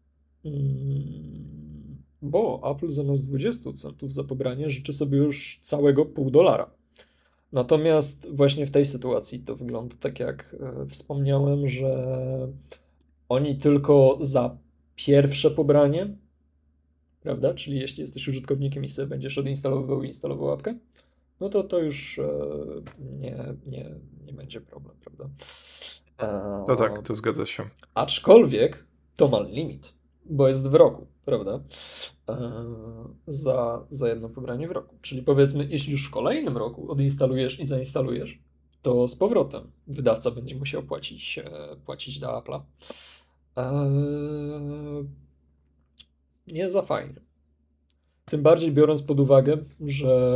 Mm, Bo Apple zamiast dwadzieścia centów za pobranie życzy sobie już całego pół dolara. Natomiast właśnie w tej sytuacji to wygląda tak, jak e, wspomniałem, że oni tylko za pierwsze pobranie, prawda? Czyli jeśli jesteś użytkownikiem i sobie będziesz odinstalowywał i instalował apkę, no to to już e, nie, nie, nie będzie problem, prawda? E, No tak, to zgadza się. Aczkolwiek to ma limit, bo jest w roku, prawda? Eee, za, za jedno pobranie w roku. Czyli powiedzmy, jeśli już w kolejnym roku odinstalujesz i zainstalujesz, to z powrotem wydawca będzie musiał płacić, e, płacić do Apple'a. Eee, nie za fajnie. Tym bardziej biorąc pod uwagę, że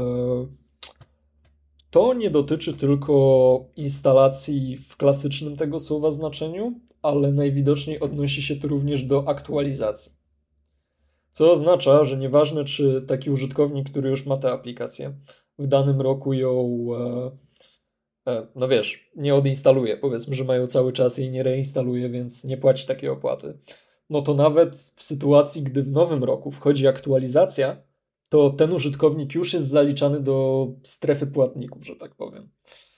to nie dotyczy tylko instalacji w klasycznym tego słowa znaczeniu, ale najwidoczniej odnosi się to również do aktualizacji. Co oznacza, że nieważne, czy taki użytkownik, który już ma tę aplikację, w danym roku ją, e, e, no wiesz, nie odinstaluje, powiedzmy, że mają cały czas jej nie reinstaluje, więc nie płaci takiej opłaty. No to nawet w sytuacji, gdy w nowym roku wchodzi aktualizacja, to ten użytkownik już jest zaliczany do strefy płatników, że tak powiem.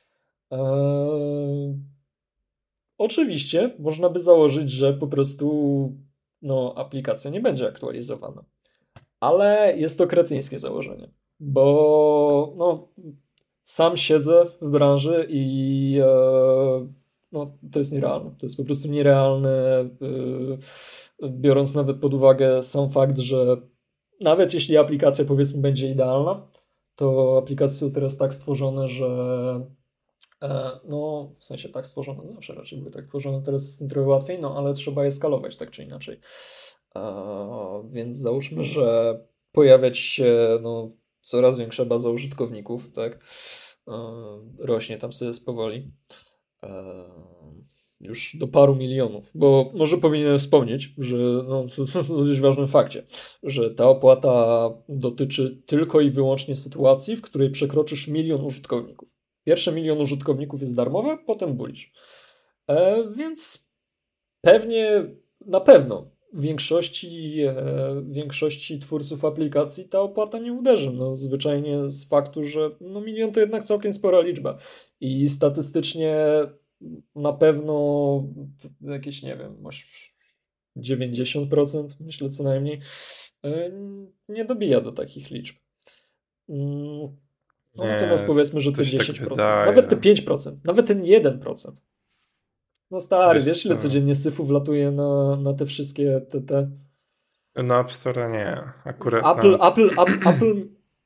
Eee, oczywiście można by założyć, że po prostu no, aplikacja nie będzie aktualizowana. Ale jest to kretyńskie założenie, bo no, sam siedzę w branży i e, no, to jest nierealne. To jest po prostu nierealne, e, biorąc nawet pod uwagę sam fakt, że nawet jeśli aplikacja powiedzmy będzie idealna, to aplikacje są teraz tak stworzone, że e, no w sensie tak stworzone, zawsze raczej były tak tworzone, teraz jest tym trochę łatwiej, no ale trzeba je skalować tak czy inaczej. E, więc załóżmy, że pojawiać się no, coraz większa baza użytkowników, tak? E, rośnie tam sobie powoli. E, już do paru milionów, bo może powinienem wspomnieć, że no, to dość ważnym fakcie, że ta opłata dotyczy tylko i wyłącznie sytuacji, w której przekroczysz milion użytkowników. Pierwszy milion użytkowników jest darmowe, potem bulisz. E, więc pewnie, na pewno w większości, e, większości twórców aplikacji ta opłata nie uderzy. No, zwyczajnie z faktu, że no, milion to jednak całkiem spora liczba. I statystycznie na pewno jakieś, nie wiem, dziewięćdziesiąt procent, myślę co najmniej, e, nie dobija do takich liczb. Mm. No Nie, natomiast powiedzmy, że to te się tak dziesięć procent, wydaje. nawet te pięć procent, nawet ten jeden procent. No stary, Wiesz wiesz ile co? codziennie syfu wlatuje na, na te wszystkie te... te... Na App Store nie. Akurat Apple, na... Apple, Apple, Apple...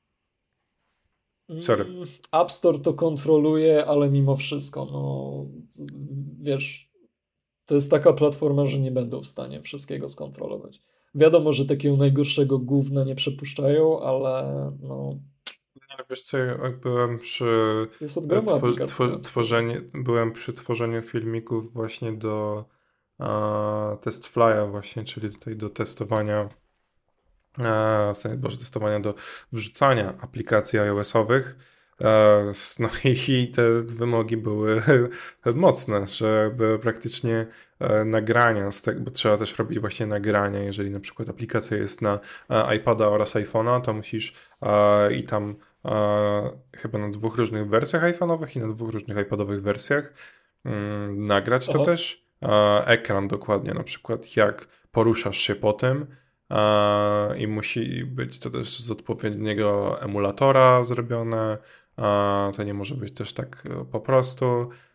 Sorry. Mm, App Store to kontroluje, ale mimo wszystko, no wiesz, to jest taka platforma, że nie będą w stanie wszystkiego skontrolować. Wiadomo, że takiego najgorszego gówna nie przepuszczają, ale no... Nie, wiesz co, jak byłem przy Jest od gromu two, aplikacji. two, tworzeniu, byłem przy tworzeniu filmików właśnie do uh, TestFly'a właśnie, czyli tutaj do testowania uh, w sensie, boże, testowania do wrzucania aplikacji iOS-owych. Uh, no i, i te wymogi były mocne, że były praktycznie uh, nagrania z tego, bo trzeba też robić właśnie nagrania, jeżeli na przykład aplikacja jest na uh, iPada oraz iPhone'a, to musisz uh, i tam E, chyba na dwóch różnych wersjach iPhone'owych i na dwóch różnych iPadowych wersjach mm, nagrać to Aha. też. E, ekran dokładnie, na przykład jak poruszasz się po tym e, i musi być to też z odpowiedniego emulatora zrobione. E, to nie może być też tak po prostu.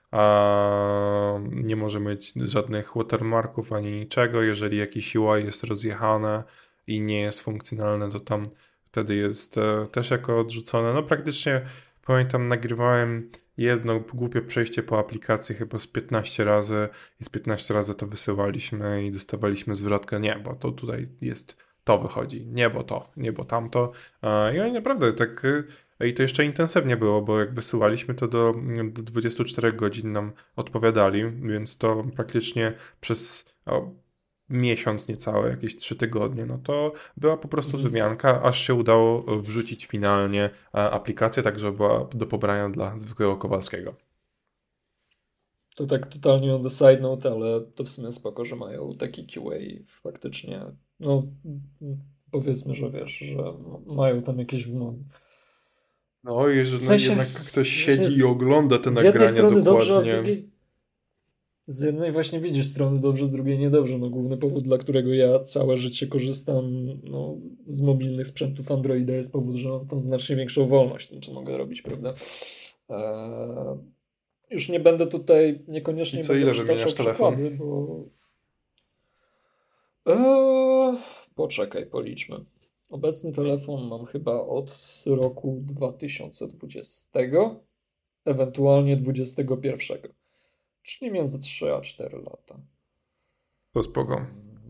E, nie może mieć żadnych watermarków ani niczego. Jeżeli jakiś U I jest rozjechane i nie jest funkcjonalne, to tam wtedy jest e, też jako odrzucone. No praktycznie pamiętam, nagrywałem jedno głupie przejście po aplikacji chyba z piętnaście razy i z piętnaście razy to wysyłaliśmy i dostawaliśmy zwrotkę, nie, bo to tutaj jest, to wychodzi, nie, bo to, nie, bo tamto. E, I oni naprawdę tak, e, i to jeszcze intensywnie było, bo jak wysyłaliśmy to do, do dwudziestu czterech godzin nam odpowiadali, więc to praktycznie przez... O, miesiąc niecały, jakieś trzy tygodnie, no to była po prostu Mhm. wymianka, aż się udało wrzucić finalnie e, aplikację, tak żeby była do pobrania dla zwykłego Kowalskiego. To tak totalnie on the side note, ale to w sumie spoko, że mają taki Q A i faktycznie, no powiedzmy, że wiesz, że mają tam jakieś wymogi. No i że W sensie, jednak ktoś właśnie siedzi z- i ogląda te Z jednej nagrania strony dobrze, a z dokładnie. drugiej... Z jednej właśnie widzisz strony dobrze, z drugiej niedobrze. No, główny powód, dla którego ja całe życie korzystam no, z mobilnych sprzętów Androida jest powód, że mam tam znacznie większą wolność, no, co mogę robić, prawda? Eee, już nie będę tutaj niekoniecznie I co, będę ile przytaczał wymieniasz telefon? przykłady, bo... Eee, poczekaj, policzmy. Obecny telefon mam chyba od roku dwa tysiące dwudziestego, ewentualnie dwudziestego pierwszego. Czyli między trzy a cztery lata. To spoko.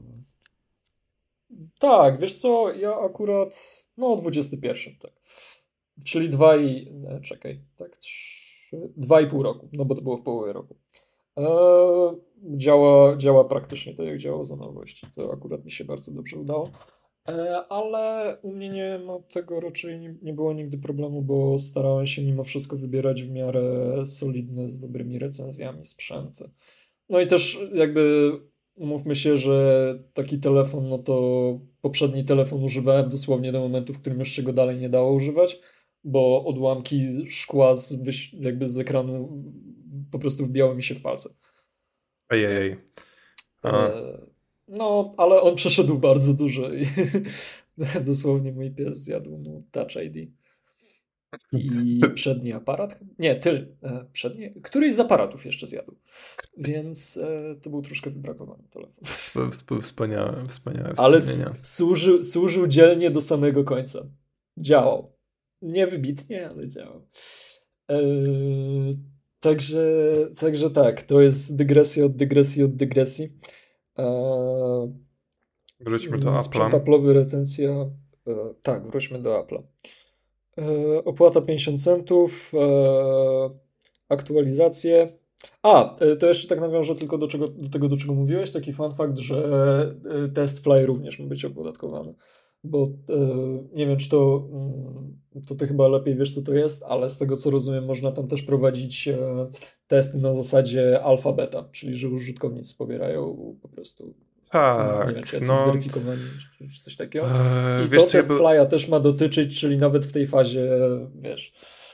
Tak, wiesz co, ja akurat, no dwudziesty pierwszy, tak. Czyli dwa i, nie, czekaj, tak, trzy, dwa i pół roku, no bo to było w połowie roku. Eee, działa, działa praktycznie tak, jak działało za nowości. To akurat mi się bardzo dobrze udało. Eee, ale u mnie nie ma tego raczej, nie, nie było nigdy problemu, bo starałem się mimo wszystko wybierać w miarę solidne, z dobrymi recenzjami sprzęty. No i też jakby umówmy się, że taki telefon, no to poprzedni telefon używałem dosłownie do momentu, w którym już się go dalej nie dało używać, bo odłamki szkła z, wyś- jakby z ekranu po prostu wbijały mi się w palce. Ej, ej, ej. A, E, No, ale on przeszedł bardzo dużo i dosłownie mój pies zjadł mu Touch I D. I przedni aparat? Nie, tyl. E, Przedni? Któryś z aparatów jeszcze zjadł. Więc e, to był troszkę wybrakowany telefon. sp- sp- wspaniałe, wspaniałe Ale wspomnienia. s- służył, służył dzielnie do samego końca. Działał. Nie wybitnie, ale działał. E, Także, także tak, to jest dygresja od dygresji od dygresji. E, Wróćmy do Sprzęt Apple'a. Apple'owy, recenzja. E, tak, wróćmy do Apple'a. E, opłata pięćdziesiąt centów, e, aktualizacje. A, e, to jeszcze tak nawiążę tylko do, czego, do tego, do czego mówiłeś. Taki fun fact, że e, TestFly również ma być opodatkowany. bo nie wiem, czy to, to ty chyba lepiej wiesz, co to jest, ale z tego, co rozumiem, można tam też prowadzić testy na zasadzie alfa-beta, czyli że użytkownicy pobierają po prostu, tak, nie wiem, czy jacyś no, zweryfikowani, czy coś takiego. Yy, I wiesz, to co, ja test był... flya też ma dotyczyć, czyli nawet w tej fazie, wiesz...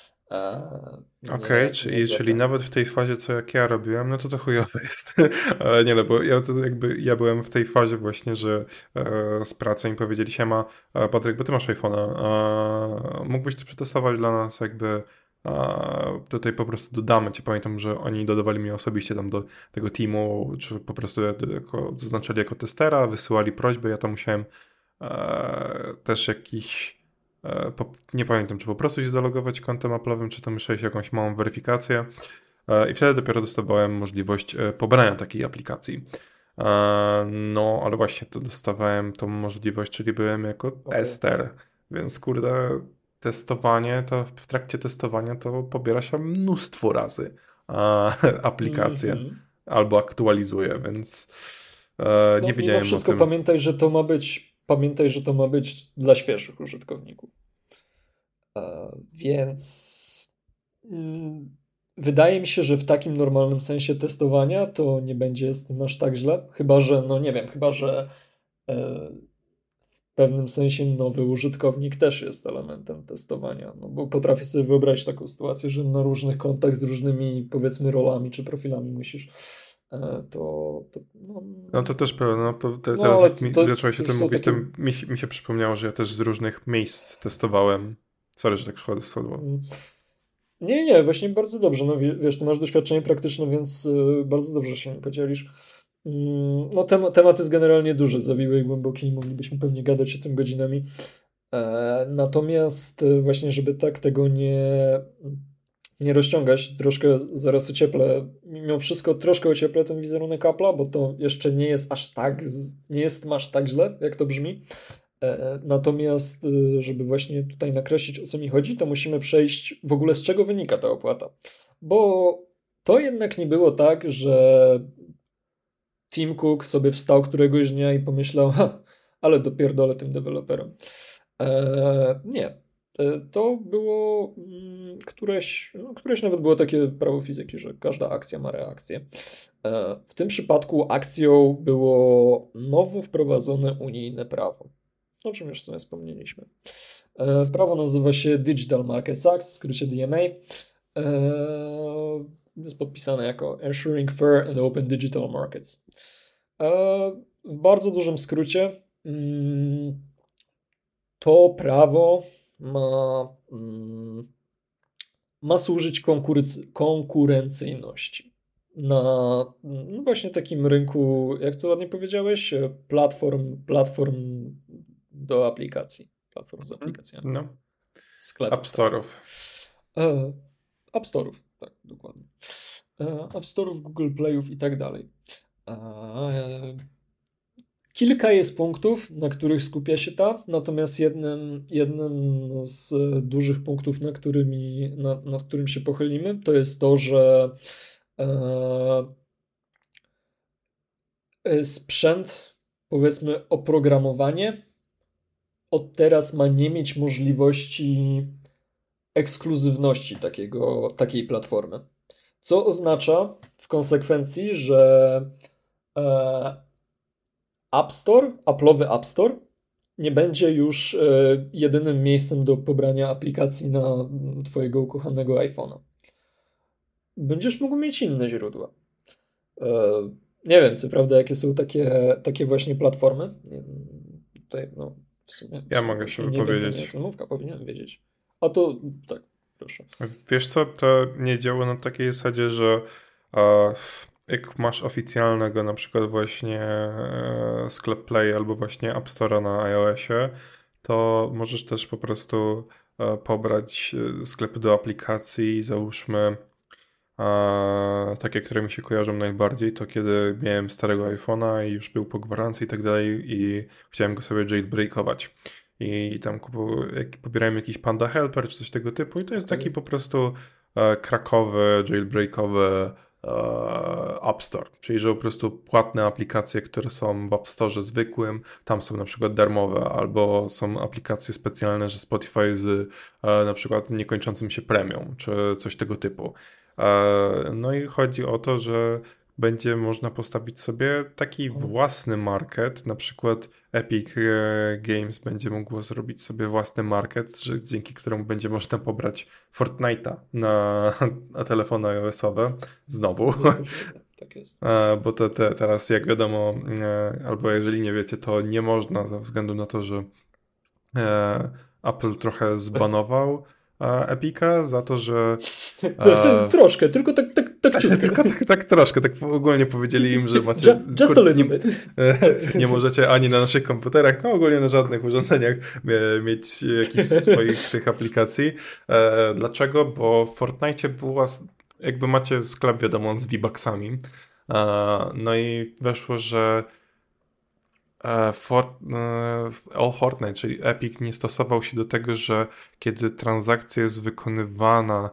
Okej, okay, czyli, czyli nawet w tej fazie, co jak ja robiłem, no to to chujowe jest. Nie no, bo ja to jakby, ja byłem w tej fazie właśnie, że e, z pracy mi powiedzieli, siema, e, Patryk, bo ty masz iPhone'a, e, mógłbyś to przetestować dla nas jakby, e, tutaj po prostu dodamy cię. Pamiętam, że oni dodawali mnie osobiście tam do tego teamu, czy po prostu jako, zaznaczyli jako testera, wysyłali prośby, ja tam musiałem e, też jakiś nie pamiętam, czy po prostu się zalogować kontem Apple'owym, czy tam jeszcze jakąś małą weryfikację i wtedy dopiero dostawałem możliwość pobrania takiej aplikacji. No, ale właśnie to dostawałem tą możliwość, czyli byłem jako tester, więc kurde, testowanie, to w trakcie testowania to pobiera się mnóstwo razy aplikację mm-hmm. albo aktualizuje, więc nie no, wiedziałem mimo wszystko o tym. Pamiętaj, że to ma być Pamiętaj, że to ma być dla świeżych użytkowników. E, więc mm, wydaje mi się, że w takim normalnym sensie testowania to nie będzie z tym aż tak źle. Chyba, że, no nie wiem, chyba, że e, w pewnym sensie nowy użytkownik też jest elementem testowania. No bo potrafię sobie wyobrazić taką sytuację, że na różnych kontach z różnymi, powiedzmy, rolami czy profilami musisz To, to, no, no to też pewnie, no, te, no, teraz jak mi to, zacząłeś o tym mówić, takie... to mi, mi się przypomniało, że ja też z różnych miejsc testowałem. Sorry, że tak schodło. Nie, nie, właśnie bardzo dobrze. No wiesz, ty masz doświadczenie praktyczne, więc y, bardzo dobrze się podzielisz. Y, no tem, temat jest generalnie duży, zawiły i głęboki i moglibyśmy pewnie gadać o tym godzinami. E, natomiast y, właśnie, żeby tak tego nie... nie rozciągać, troszkę zaraz ocieplę, mimo wszystko troszkę ocieplę ten wizerunek Apple'a, bo to jeszcze nie jest aż tak, nie jest aż tak źle, jak to brzmi. E, natomiast, żeby właśnie tutaj nakreślić, o co mi chodzi, to musimy przejść w ogóle, z czego wynika ta opłata. Bo to jednak nie było tak, że Tim Cook sobie wstał któregoś dnia i pomyślał, ha, ale dopierdolę tym deweloperom. E, nie. To było któreś, no któreś nawet było takie prawo fizyki, że każda akcja ma reakcję. W tym przypadku akcją było nowo wprowadzone unijne prawo, o czym już sobie wspomnieliśmy. Prawo nazywa się Digital Markets Act, w skrócie D M A. Jest podpisane jako Ensuring Fair and Open Digital Markets. W bardzo dużym skrócie to prawo ma, ma służyć konkurency, konkurencyjności na no właśnie takim rynku, jak to ładnie powiedziałeś, platform, platform do aplikacji, platform z aplikacjami. No. Sklepów. App Store'ów. Tak. E, App Store'ów, tak, dokładnie. E, App Store'ów, Google Playów i tak dalej. E, Kilka jest punktów, na których skupia się ta, natomiast jednym, jednym z dużych punktów, na, którymi, na, nad którym się pochylimy, to jest to, że e, sprzęt, powiedzmy oprogramowanie, od teraz ma nie mieć możliwości ekskluzywności takiego, takiej platformy. Co oznacza w konsekwencji, że e, App Store, Apple'owy App Store nie będzie już e, jedynym miejscem do pobrania aplikacji na twojego ukochanego iPhone'a. Będziesz mógł mieć inne źródła. E, nie wiem, co prawda, jakie są takie, takie właśnie platformy. Tutaj, no, w sumie, ja w sumie, mogę się nie wypowiedzieć. Wiem, to nie jest wymówka, powinienem wiedzieć. A to tak, proszę. Wiesz co, to nie działa na takiej zasadzie, że uh, jak masz oficjalnego na przykład właśnie e, sklep Play albo właśnie App Store'a na iOSie, to możesz też po prostu e, pobrać sklepy do aplikacji, załóżmy e, takie, które mi się kojarzą najbardziej, to kiedy miałem starego iPhone'a i już był po gwarancji i tak dalej i chciałem go sobie jailbreakować. I tam kupu- jak pobierałem jakiś Panda Helper czy coś tego typu i to jest taki po prostu e, krakowy, jailbreakowy App Store, czyli że po prostu płatne aplikacje, które są w App Store zwykłym, tam są na przykład darmowe, albo są aplikacje specjalne, że Spotify z na przykład niekończącym się premium, czy coś tego typu. No i chodzi o to, że będzie można postawić sobie taki własny market, na przykład Epic Games będzie mogło zrobić sobie własny market, że dzięki któremu będzie można pobrać Fortnite'a na, na telefony iOS-owe znowu. Tak jest. Bo te, te, teraz jak wiadomo, albo jeżeli nie wiecie, to nie można ze względu na to, że Apple trochę zbanował Epica za to, że... E... Troszkę, tylko tak, tak, tak, tak, tylko tak, tak troszkę, tak ogólnie powiedzieli im, że macie... Just a little bit. Nie, nie możecie ani na naszych komputerach, no ogólnie na żadnych urządzeniach mieć jakichś swoich tych aplikacji. E, dlaczego? Bo w Fortnite była, jakby macie sklep wiadomo z V-Bucksami, e, no i weszło, że Fort, All Fortnite, czyli Epic nie stosował się do tego, że kiedy transakcja jest wykonywana,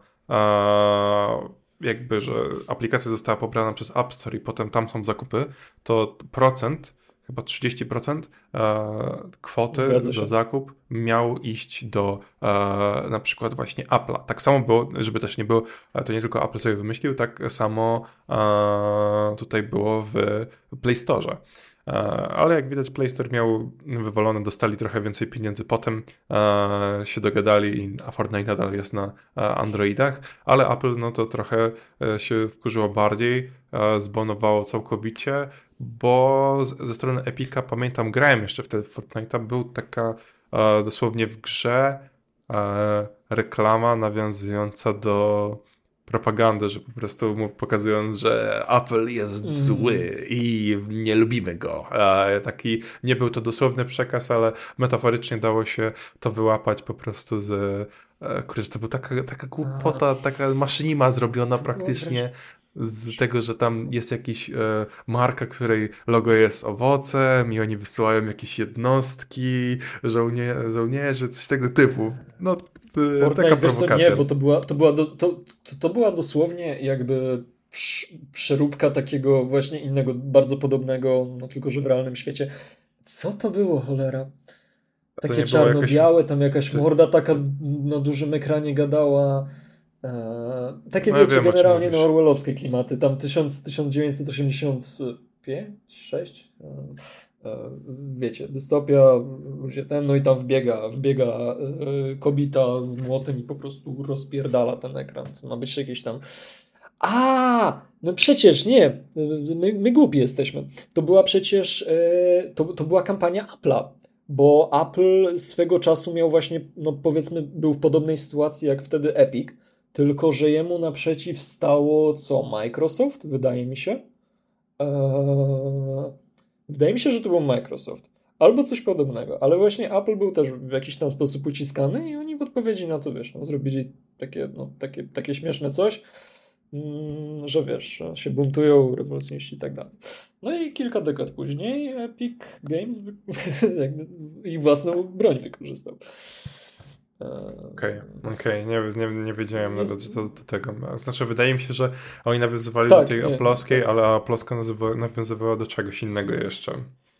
jakby, że aplikacja została pobrana przez App Store i potem tam są zakupy, to procent, chyba trzydzieści procent kwoty za zakup miał iść do na przykład właśnie Apple'a. Tak samo było, żeby też nie było, to nie tylko Apple sobie wymyślił, tak samo tutaj było w Play Store. Ale jak widać Play Store miał wywalone, dostali trochę więcej pieniędzy, potem e, się dogadali, a Fortnite nadal jest na Androidach, ale Apple no to trochę się wkurzyło bardziej, e, zbanowało całkowicie, bo z, ze strony Epica, pamiętam, grałem jeszcze wtedy w Fortnite'a, był taka e, dosłownie w grze e, reklama nawiązująca do propagandę, że po prostu mu pokazując, że Apple jest mm. zły i nie lubimy go. Taki, nie był to dosłowny przekaz, ale metaforycznie dało się to wyłapać po prostu z... Kurczę, to była taka, taka głupota, taka maszynima zrobiona praktycznie z tego, że tam jest jakiś e, marka, której logo jest owocem i oni wysyłają jakieś jednostki, żołnie, żołnierzy, coś tego typu. No, Fortnite, taka prowokacja. Wiesz co, nie, bo to była, to była, do, to, to, to była dosłownie jakby przeróbka takiego właśnie innego, bardzo podobnego, no tylko że w realnym świecie. Co to było, cholera? Takie czarno-białe, jakaś... tam jakaś morda taka na dużym ekranie gadała. Eee, takie no, wiecie, wiem, generalnie no, orwellowskie klimaty. Tam tysiąc dziewięćset osiemdziesiąt pięć, sześć wiecie, dystopia, ludzie ten, no i tam wbiega, wbiega e, kobieta z młotem i po prostu rozpierdala ten ekran. To ma być jakieś tam... A, no przecież nie, my, my głupi jesteśmy. To była przecież, e, to, to była kampania Apple'a, bo Apple swego czasu miał właśnie, no powiedzmy, był w podobnej sytuacji jak wtedy Epic, tylko że jemu naprzeciw stało co? Microsoft, wydaje mi się. Eee... Wydaje mi się, że to był Microsoft. Albo coś podobnego. Ale właśnie Apple był też w jakiś tam sposób uciskany i oni w odpowiedzi na to, wiesz, no, zrobili takie, no, takie, takie śmieszne coś, mm, że wiesz, się buntują rewolucjoniści i tak dalej. No i kilka dekad później Epic Games wy... ich własną broń wykorzystał. Okej, okay, okay. nie, nie, nie wiedziałem jest... nawet, że to do tego. Znaczy, wydaje mi się, że oni nawiązywali tak, do tej aplowskiej, tak. Ale aplowska nawiązywała do czegoś innego jeszcze.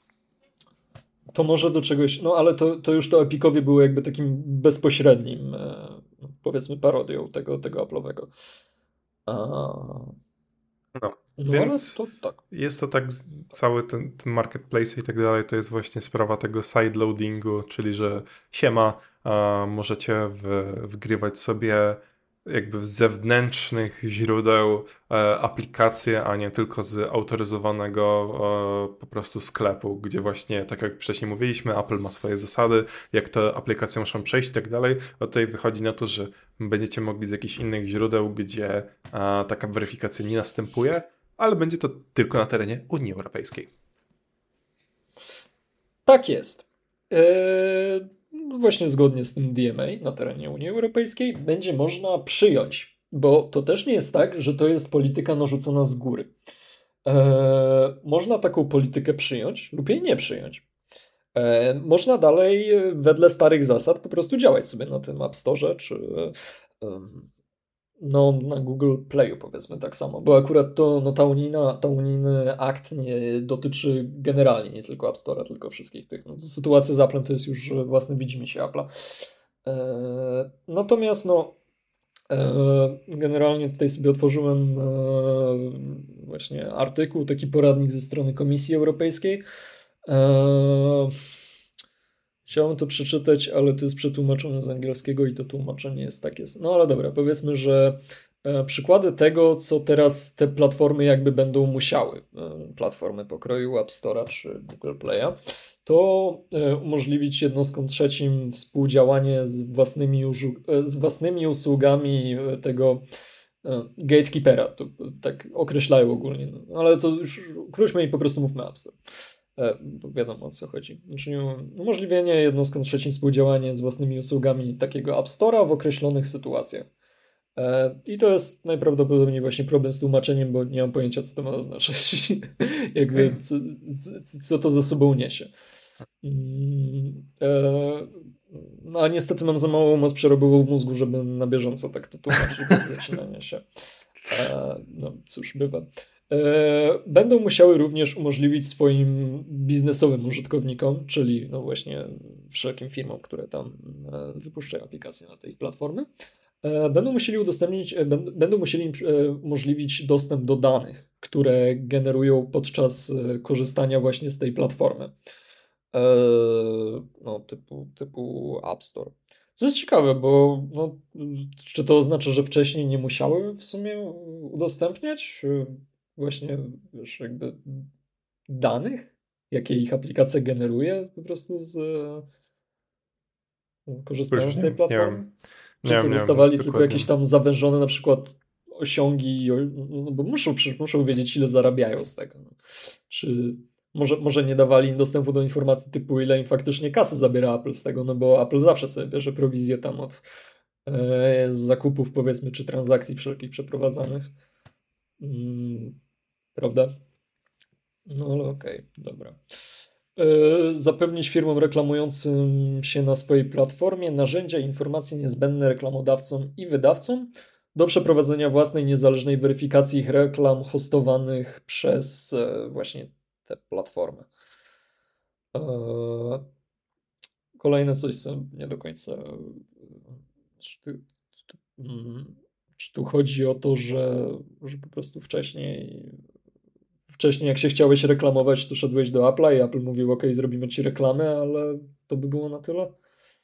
To może do czegoś, no ale to, to już to Epicowie było jakby takim bezpośrednim, powiedzmy, parodią tego, tego aplowego. A... No, no więc to, tak. Jest to tak, cały ten, ten marketplace i tak dalej, to jest właśnie sprawa tego sideloadingu, czyli że siema, a możecie w, wgrywać sobie jakby z zewnętrznych źródeł e, aplikacje, a nie tylko z autoryzowanego e, po prostu sklepu, gdzie właśnie, tak jak wcześniej mówiliśmy, Apple ma swoje zasady, jak te aplikacje muszą przejść i tak dalej. A tutaj wychodzi na to, że będziecie mogli z jakichś innych źródeł, gdzie e, taka weryfikacja nie następuje, ale będzie to tylko na terenie Unii Europejskiej. Tak jest. Eee... Właśnie zgodnie z tym D M A na terenie Unii Europejskiej będzie można przyjąć, bo to też nie jest tak, że to jest polityka narzucona z góry. Eee, można taką politykę przyjąć lub jej nie przyjąć. Eee, można dalej wedle starych zasad po prostu działać sobie na tym App Store, czy, um, No, na Google Playu powiedzmy tak samo, bo akurat to, no ta unijna, ta unijny akt nie dotyczy generalnie nie tylko App Store'a, tylko wszystkich tych. No, sytuacja z Apple'em to jest już własne widzimisię Apple'a. E, natomiast no e, generalnie tutaj sobie otworzyłem e, właśnie artykuł, taki poradnik ze strony Komisji Europejskiej. E, Chciałem to przeczytać, ale to jest przetłumaczone z angielskiego i to tłumaczenie jest takie. No ale dobra, powiedzmy, że e, przykłady tego, co teraz te platformy jakby będą musiały, e, platformy pokroju App Store'a czy Google Play'a, to e, umożliwić jednostkom trzecim współdziałanie z własnymi, e, z własnymi usługami tego e, gatekeepera, to tak określają ogólnie, no, ale to już króćmy i po prostu mówmy App Store. Bo wiadomo, o co chodzi. Czyli umożliwienie jednostkom trzecim współdziałania z własnymi usługami takiego App Store'a w określonych sytuacjach. I to jest najprawdopodobniej właśnie problem z tłumaczeniem, bo nie mam pojęcia, co to ma oznaczać. Jakby, co, co to ze sobą niesie. No a niestety mam za małą moc przerobową w mózgu, żeby na bieżąco tak to tłumaczyć bez zacinania się. No cóż, bywa. Będą musiały również umożliwić swoim biznesowym użytkownikom, czyli no właśnie wszelkim firmom, które tam wypuszczają aplikacje na tej platformy, będą musieli udostępnić, będą musieli im umożliwić dostęp do danych, które generują podczas korzystania właśnie z tej platformy. No, typu, typu App Store. Co jest ciekawe, bo no, czy to oznacza, że wcześniej nie musiały w sumie udostępniać właśnie, wiesz, jakby danych, jakie ich aplikacja generuje po prostu z korzystając z tej platformy? Czy co dostawali tylko dokładnie. Jakieś tam zawyżone na przykład osiągi, no bo muszą, muszą wiedzieć, ile zarabiają z tego. No. Czy może, może nie dawali im dostępu do informacji typu, ile im faktycznie kasy zabiera Apple z tego, no bo Apple zawsze sobie bierze prowizję tam od e, zakupów powiedzmy, czy transakcji wszelkich przeprowadzanych. Hmm, prawda? No ale okej, okay, dobra. Yy, zapewnić firmom reklamującym się na swojej platformie narzędzia i informacje niezbędne reklamodawcom i wydawcom do przeprowadzenia własnej niezależnej weryfikacji ich reklam hostowanych przez e, właśnie te platformy. E, kolejne coś, co nie do końca... Czy tu, czy, mm, czy tu chodzi o to, że, że po prostu wcześniej... Wcześniej jak się chciałeś reklamować, to szedłeś do Apple'a i Apple mówił, ok, zrobimy ci reklamę, ale to by było na tyle?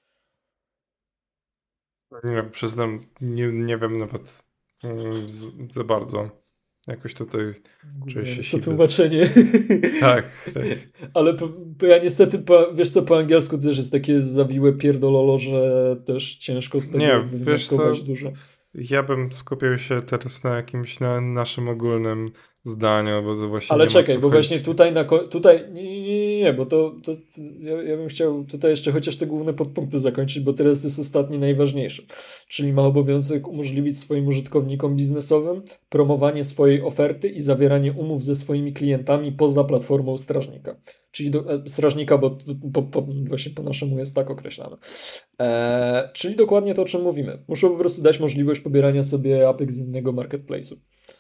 Nie, przyznam, nie, nie wiem nawet z, za bardzo. Jakoś tutaj czuję się siwy. To tłumaczenie. Tak, tak. Ale po, po ja niestety, po, wiesz co, po angielsku też jest takie zawiłe pierdololo, że też ciężko z tego nie, wywnioskować dużo. Ja bym skupił się teraz na jakimś na naszym ogólnym zdaniu, bo to właśnie ale nie czekaj, ma co bo chodzić. właśnie tutaj, na, tutaj nie, nie, nie, nie, bo to, to, to ja, ja bym chciał tutaj jeszcze chociaż te główne podpunkty zakończyć, bo teraz jest ostatni najważniejszy, czyli ma obowiązek umożliwić swoim użytkownikom biznesowym promowanie swojej oferty i zawieranie umów ze swoimi klientami poza platformą strażnika, czyli do, e, strażnika, bo po, po, właśnie po naszemu jest tak określane. E, czyli dokładnie to, o czym mówimy. Muszą po prostu dać możliwość pobierania sobie apek z innego marketplace'u.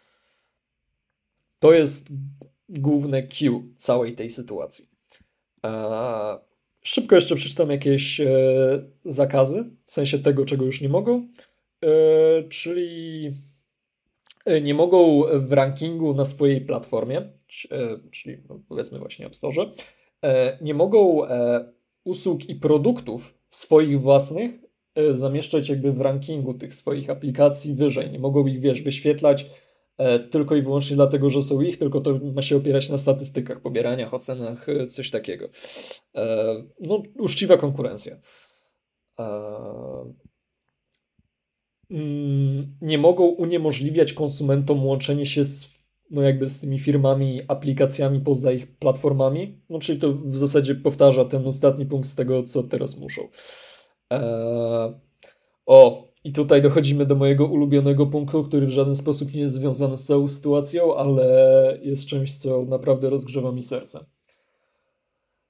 To jest główne Q całej tej sytuacji. Eee, szybko jeszcze przeczytam jakieś e, zakazy, w sensie tego, czego już nie mogą, e, czyli nie mogą w rankingu na swojej platformie, e, czyli no, powiedzmy właśnie App Store, e, nie mogą e, usług i produktów swoich własnych e, zamieszczać jakby w rankingu tych swoich aplikacji wyżej. Nie mogą ich, wiesz, wyświetlać tylko i wyłącznie dlatego, że są ich, tylko to ma się opierać na statystykach, pobieraniach, ocenach, coś takiego. No, uczciwa konkurencja. Nie mogą uniemożliwiać konsumentom łączenie się z, no jakby z tymi firmami, aplikacjami poza ich platformami. No, czyli to w zasadzie powtarza ten ostatni punkt z tego, co teraz muszą. O, i tutaj dochodzimy do mojego ulubionego punktu, który w żaden sposób nie jest związany z całą sytuacją, ale jest czymś, co naprawdę rozgrzewa mi serce.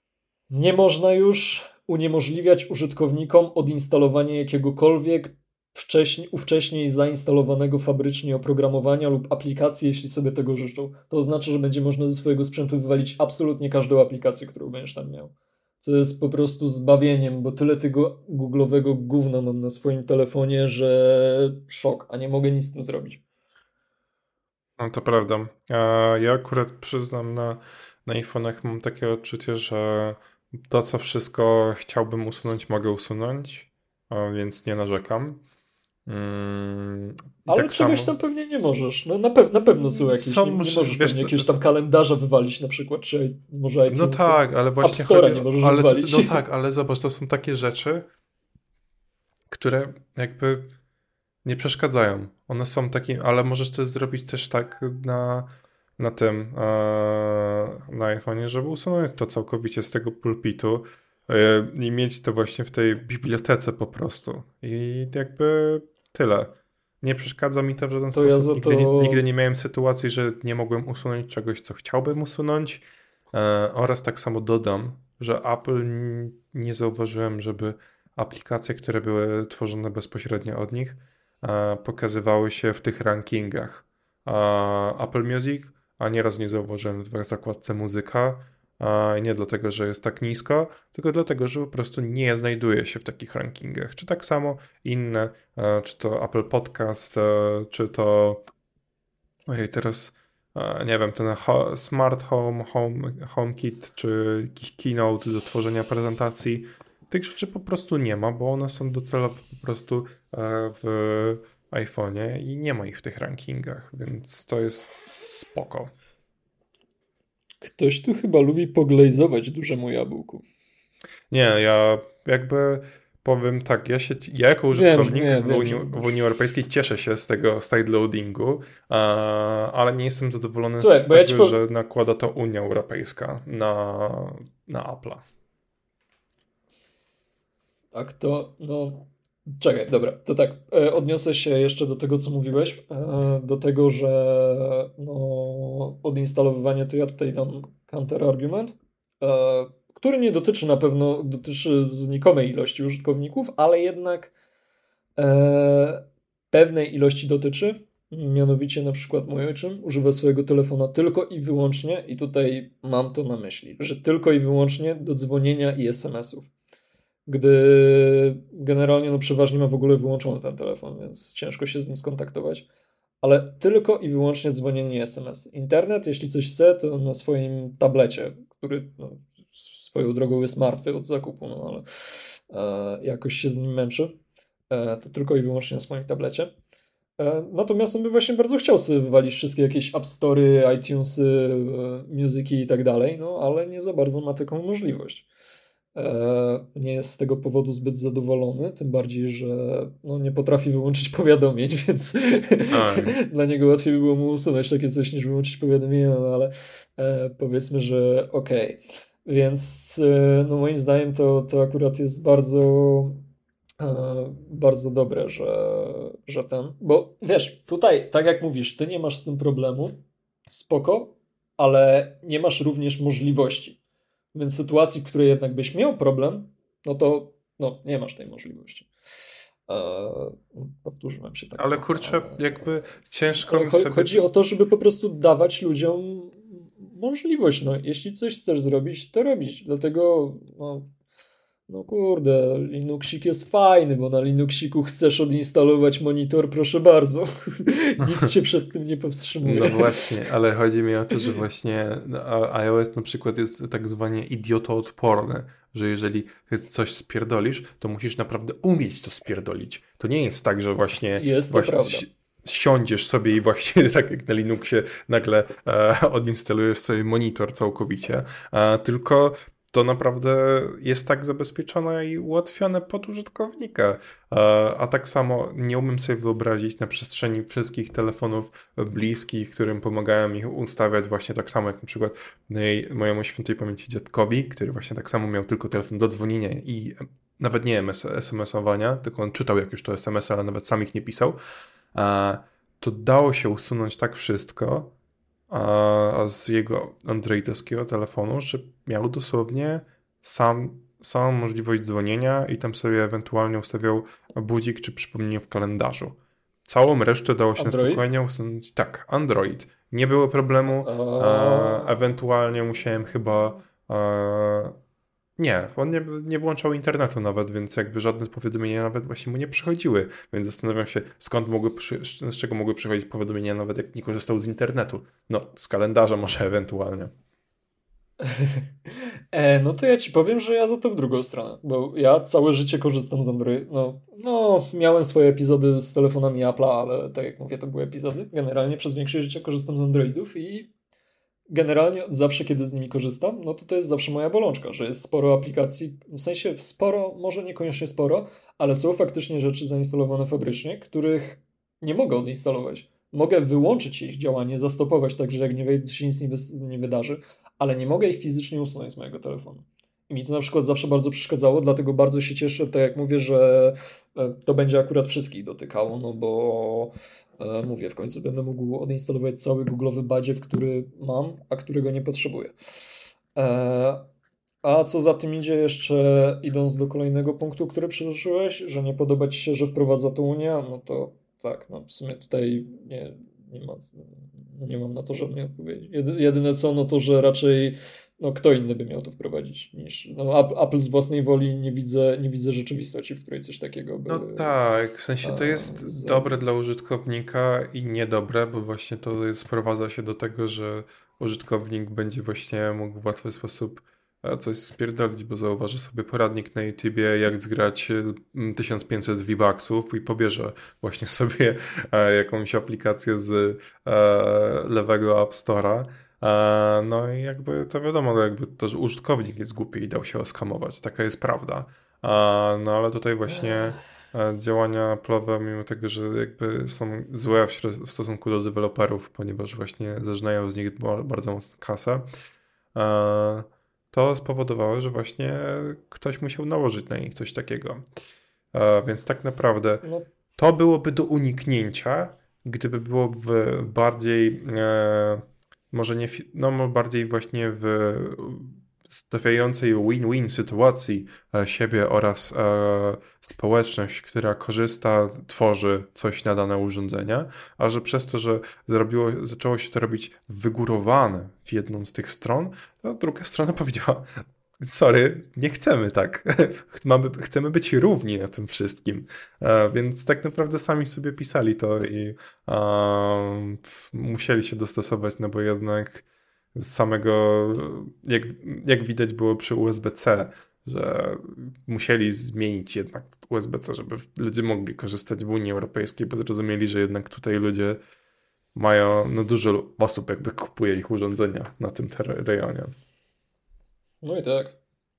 Nie można już uniemożliwiać użytkownikom odinstalowania jakiegokolwiek wcześniej, ówcześniej zainstalowanego fabrycznie oprogramowania lub aplikacji, jeśli sobie tego życzą. To oznacza, że będzie można ze swojego sprzętu wywalić absolutnie każdą aplikację, którą będziesz tam miał. Co jest po prostu zbawieniem, bo tyle tego googlowego gówna mam na swoim telefonie, że szok, a nie mogę nic z tym zrobić. No to prawda. Ja akurat przyznam, na, na iPhone'ach mam takie odczucie, że to, co wszystko chciałbym usunąć, mogę usunąć, więc nie narzekam. Mm, Ale tak czegoś samo... tam pewnie nie możesz. No na, pe- na pewno są jakieś. Są, nie, nie wiesz, możesz pewnie jakiegoś tam kalendarza wywalić na przykład, czy może iTunes. No tak, ale właśnie App Store'a chodzi... nie możesz ale, wywalić. No tak, ale zobacz, to są takie rzeczy, które jakby nie przeszkadzają. One są takie, ale możesz to zrobić też tak na, na tym, e, na iPhone'ie, żeby usunąć to całkowicie z tego pulpitu e, i mieć to właśnie w tej bibliotece po prostu. I jakby tyle. Nie przeszkadza mi to w żaden To ja sposób. za Nigdy, to- nie, nigdy nie miałem sytuacji, że nie mogłem usunąć czegoś, co chciałbym usunąć. E, oraz tak samo dodam, że Apple n- nie zauważyłem, żeby aplikacje, które były tworzone bezpośrednio od nich, e, pokazywały się w tych rankingach. E, Apple Music, a nieraz nie zauważyłem w zakładce muzyka. E, nie dlatego, że jest tak nisko, tylko dlatego, że po prostu nie znajduje się w takich rankingach. Czy tak samo inne, e, czy to Apple Podcast, e, czy to ojej, teraz e, nie wiem, ten ho- Smart Home, Home, HomeKit, czy jakiś Keynote do tworzenia prezentacji. Tych rzeczy po prostu nie ma, bo one są docelowo po prostu e, w iPhone'ie i nie ma ich w tych rankingach, więc to jest spoko. Ktoś tu chyba lubi poglejzować dużemu jabłku. Nie, ja jakby powiem tak, ja się, ja jako Wiem, użytkownik nie, w, wiem, Unii, że- w Unii Europejskiej cieszę się z tego side loadingu, e, ale nie jestem zadowolony Słuchaj, z bo ja tego, ci po- że nakłada to Unia Europejska na, na Apple'a. Tak to, no... Czekaj, dobra, to tak, e, odniosę się jeszcze do tego, co mówiłeś, e, do tego, że no, odinstalowywanie, to ja tutaj dam counterargument, e, który nie dotyczy na pewno, dotyczy znikomej ilości użytkowników, ale jednak e, pewnej ilości dotyczy, mianowicie na przykład mój ojczym używa swojego telefona tylko i wyłącznie, i tutaj mam to na myśli, że tylko i wyłącznie do dzwonienia i es em esów. Gdy generalnie no przeważnie ma w ogóle wyłączony ten telefon, więc ciężko się z nim skontaktować. Ale tylko i wyłącznie dzwonienie i es em es. Internet, jeśli coś chce, to na swoim tablecie, który no, swoją drogą jest martwy od zakupu, no ale e, jakoś się z nim męczy. E, to tylko i wyłącznie na swoim tablecie. E, natomiast on by właśnie bardzo chciał sobie wywalić wszystkie jakieś App Story, iTunesy, e, muzyki i tak dalej, no ale nie za bardzo ma taką możliwość. Nie jest z tego powodu zbyt zadowolony, tym bardziej, że no, nie potrafi wyłączyć powiadomień, więc dla niego łatwiej by było mu usunąć takie coś niż wyłączyć powiadomienia, no ale e, powiedzmy, że okej. Okay. Więc e, no, moim zdaniem to, to akurat jest bardzo e, bardzo dobre, że, że ten, bo wiesz, tutaj tak jak mówisz, ty nie masz z tym problemu, spoko, ale nie masz również możliwości. Więc w sytuacji, w której jednak byś miał problem, no to no, nie masz tej możliwości. Eee, powtórzyłem się tak. Ale trochę, kurczę, ale... jakby ciężko mi Cho- sobie... Chodzi o to, żeby po prostu dawać ludziom możliwość. No, jeśli coś chcesz zrobić, to robić. Dlatego no, no kurde, Linuxik jest fajny, bo na Linuxiku chcesz odinstalować monitor, proszę bardzo. Nic cię przed tym nie powstrzymuje. No właśnie, ale chodzi mi o to, że właśnie iOS na przykład jest tak zwanie idiotoodporny, że jeżeli coś spierdolisz, to musisz naprawdę umieć to spierdolić. To nie jest tak, że właśnie... Jest to właśnie prawda. siądziesz sobie i właśnie tak jak na Linuxie nagle e, odinstalujesz sobie monitor całkowicie, e, tylko to naprawdę jest tak zabezpieczone i ułatwione pod użytkownika. A tak samo nie umiem sobie wyobrazić na przestrzeni wszystkich telefonów bliskich, którym pomagałem ich ustawiać właśnie tak samo jak na przykład mojemu świętej pamięci dziadkowi, który właśnie tak samo miał tylko telefon do dzwonienia i nawet nie es em esowania, tylko on czytał jak już to es em esy, ale nawet sam ich nie pisał. To dało się usunąć tak wszystko, a z jego androidowskiego telefonu, że miał dosłownie sam samą możliwość dzwonienia i tam sobie ewentualnie ustawiał budzik czy przypomnienie w kalendarzu. Całą resztę dało się Android? na spokojnie usunąć. Tak, Android. Nie było problemu. E, ewentualnie musiałem chyba... E, nie, on nie, nie włączał internetu nawet, więc jakby żadne powiadomienia nawet właśnie mu nie przychodziły. Więc zastanawiam się, skąd mogły przy, z czego mogły przychodzić powiadomienia nawet jak nie korzystał z internetu. No, z kalendarza może ewentualnie. E, no to ja ci powiem, że ja za to w drugą stronę, bo ja całe życie korzystam z Android. No, no, miałem swoje epizody z telefonami Apple'a, ale tak jak mówię, to były epizody. Generalnie przez większość życia korzystam z Androidów i generalnie zawsze, kiedy z nimi korzystam, no to to jest zawsze moja bolączka, że jest sporo aplikacji, w sensie sporo, może niekoniecznie sporo, ale są faktycznie rzeczy zainstalowane fabrycznie, których nie mogę odinstalować. Mogę wyłączyć ich działanie, zastopować tak, że jak nie wejdzie, się nic nie, wys- nie wydarzy, ale nie mogę ich fizycznie usunąć z mojego telefonu. I mi to na przykład zawsze bardzo przeszkadzało, dlatego bardzo się cieszę, tak jak mówię, że e, to będzie akurat wszystkich dotykało, no bo e, mówię, w końcu będę mógł odinstalować cały googlowy badziew, który mam, a którego nie potrzebuję. E, a co za tym idzie jeszcze, idąc do kolejnego punktu, który przytoczyłeś, że nie podoba ci się, że wprowadza to Unia, no to tak, no w sumie tutaj nie, nie, ma, nie mam na to żadnej odpowiedzi. Jedy, jedyne co, no to, że raczej no, kto inny by miał to wprowadzić niż no, Apple z własnej woli nie widzę, nie widzę rzeczywistości, w której coś takiego by... No tak, w sensie to jest a, z... dobre dla użytkownika i niedobre, bo właśnie to jest, sprowadza się do tego, że użytkownik będzie właśnie mógł w łatwy sposób coś spierdolić, bo zauważy sobie poradnik na YouTubie, jak wygrać tysiąc pięćset V-Bucksów i pobierze właśnie sobie jakąś aplikację z lewego App Store'a. No i jakby to wiadomo, jakby to, że użytkownik jest głupi i dał się oskamować. Taka jest prawda. No ale tutaj właśnie działania Apple'owe, mimo tego, że jakby są złe w, śro- w stosunku do deweloperów, ponieważ właśnie zażynają z nich bardzo mocno kasę, to spowodowało, że właśnie ktoś musiał nałożyć na nich coś takiego. Więc tak naprawdę to byłoby do uniknięcia, gdyby było w bardziej może nie, no bardziej właśnie w stawiającej win-win sytuacji siebie oraz e, społeczność, która korzysta, tworzy coś na dane urządzenia, a że przez to, że zrobiło, zaczęło się to robić wygórowane w jedną z tych stron, to druga strona powiedziała: sorry, nie chcemy tak. Mamy, chcemy być równi na tym wszystkim. E, więc tak naprawdę sami sobie pisali to i e, musieli się dostosować, no bo jednak z samego, jak, jak widać było przy U S B C, że musieli zmienić jednak U S B C, żeby ludzie mogli korzystać w Unii Europejskiej, bo zrozumieli, że jednak tutaj ludzie mają, no dużo osób jakby kupuje ich urządzenia na tym ter- rejonie. No i tak.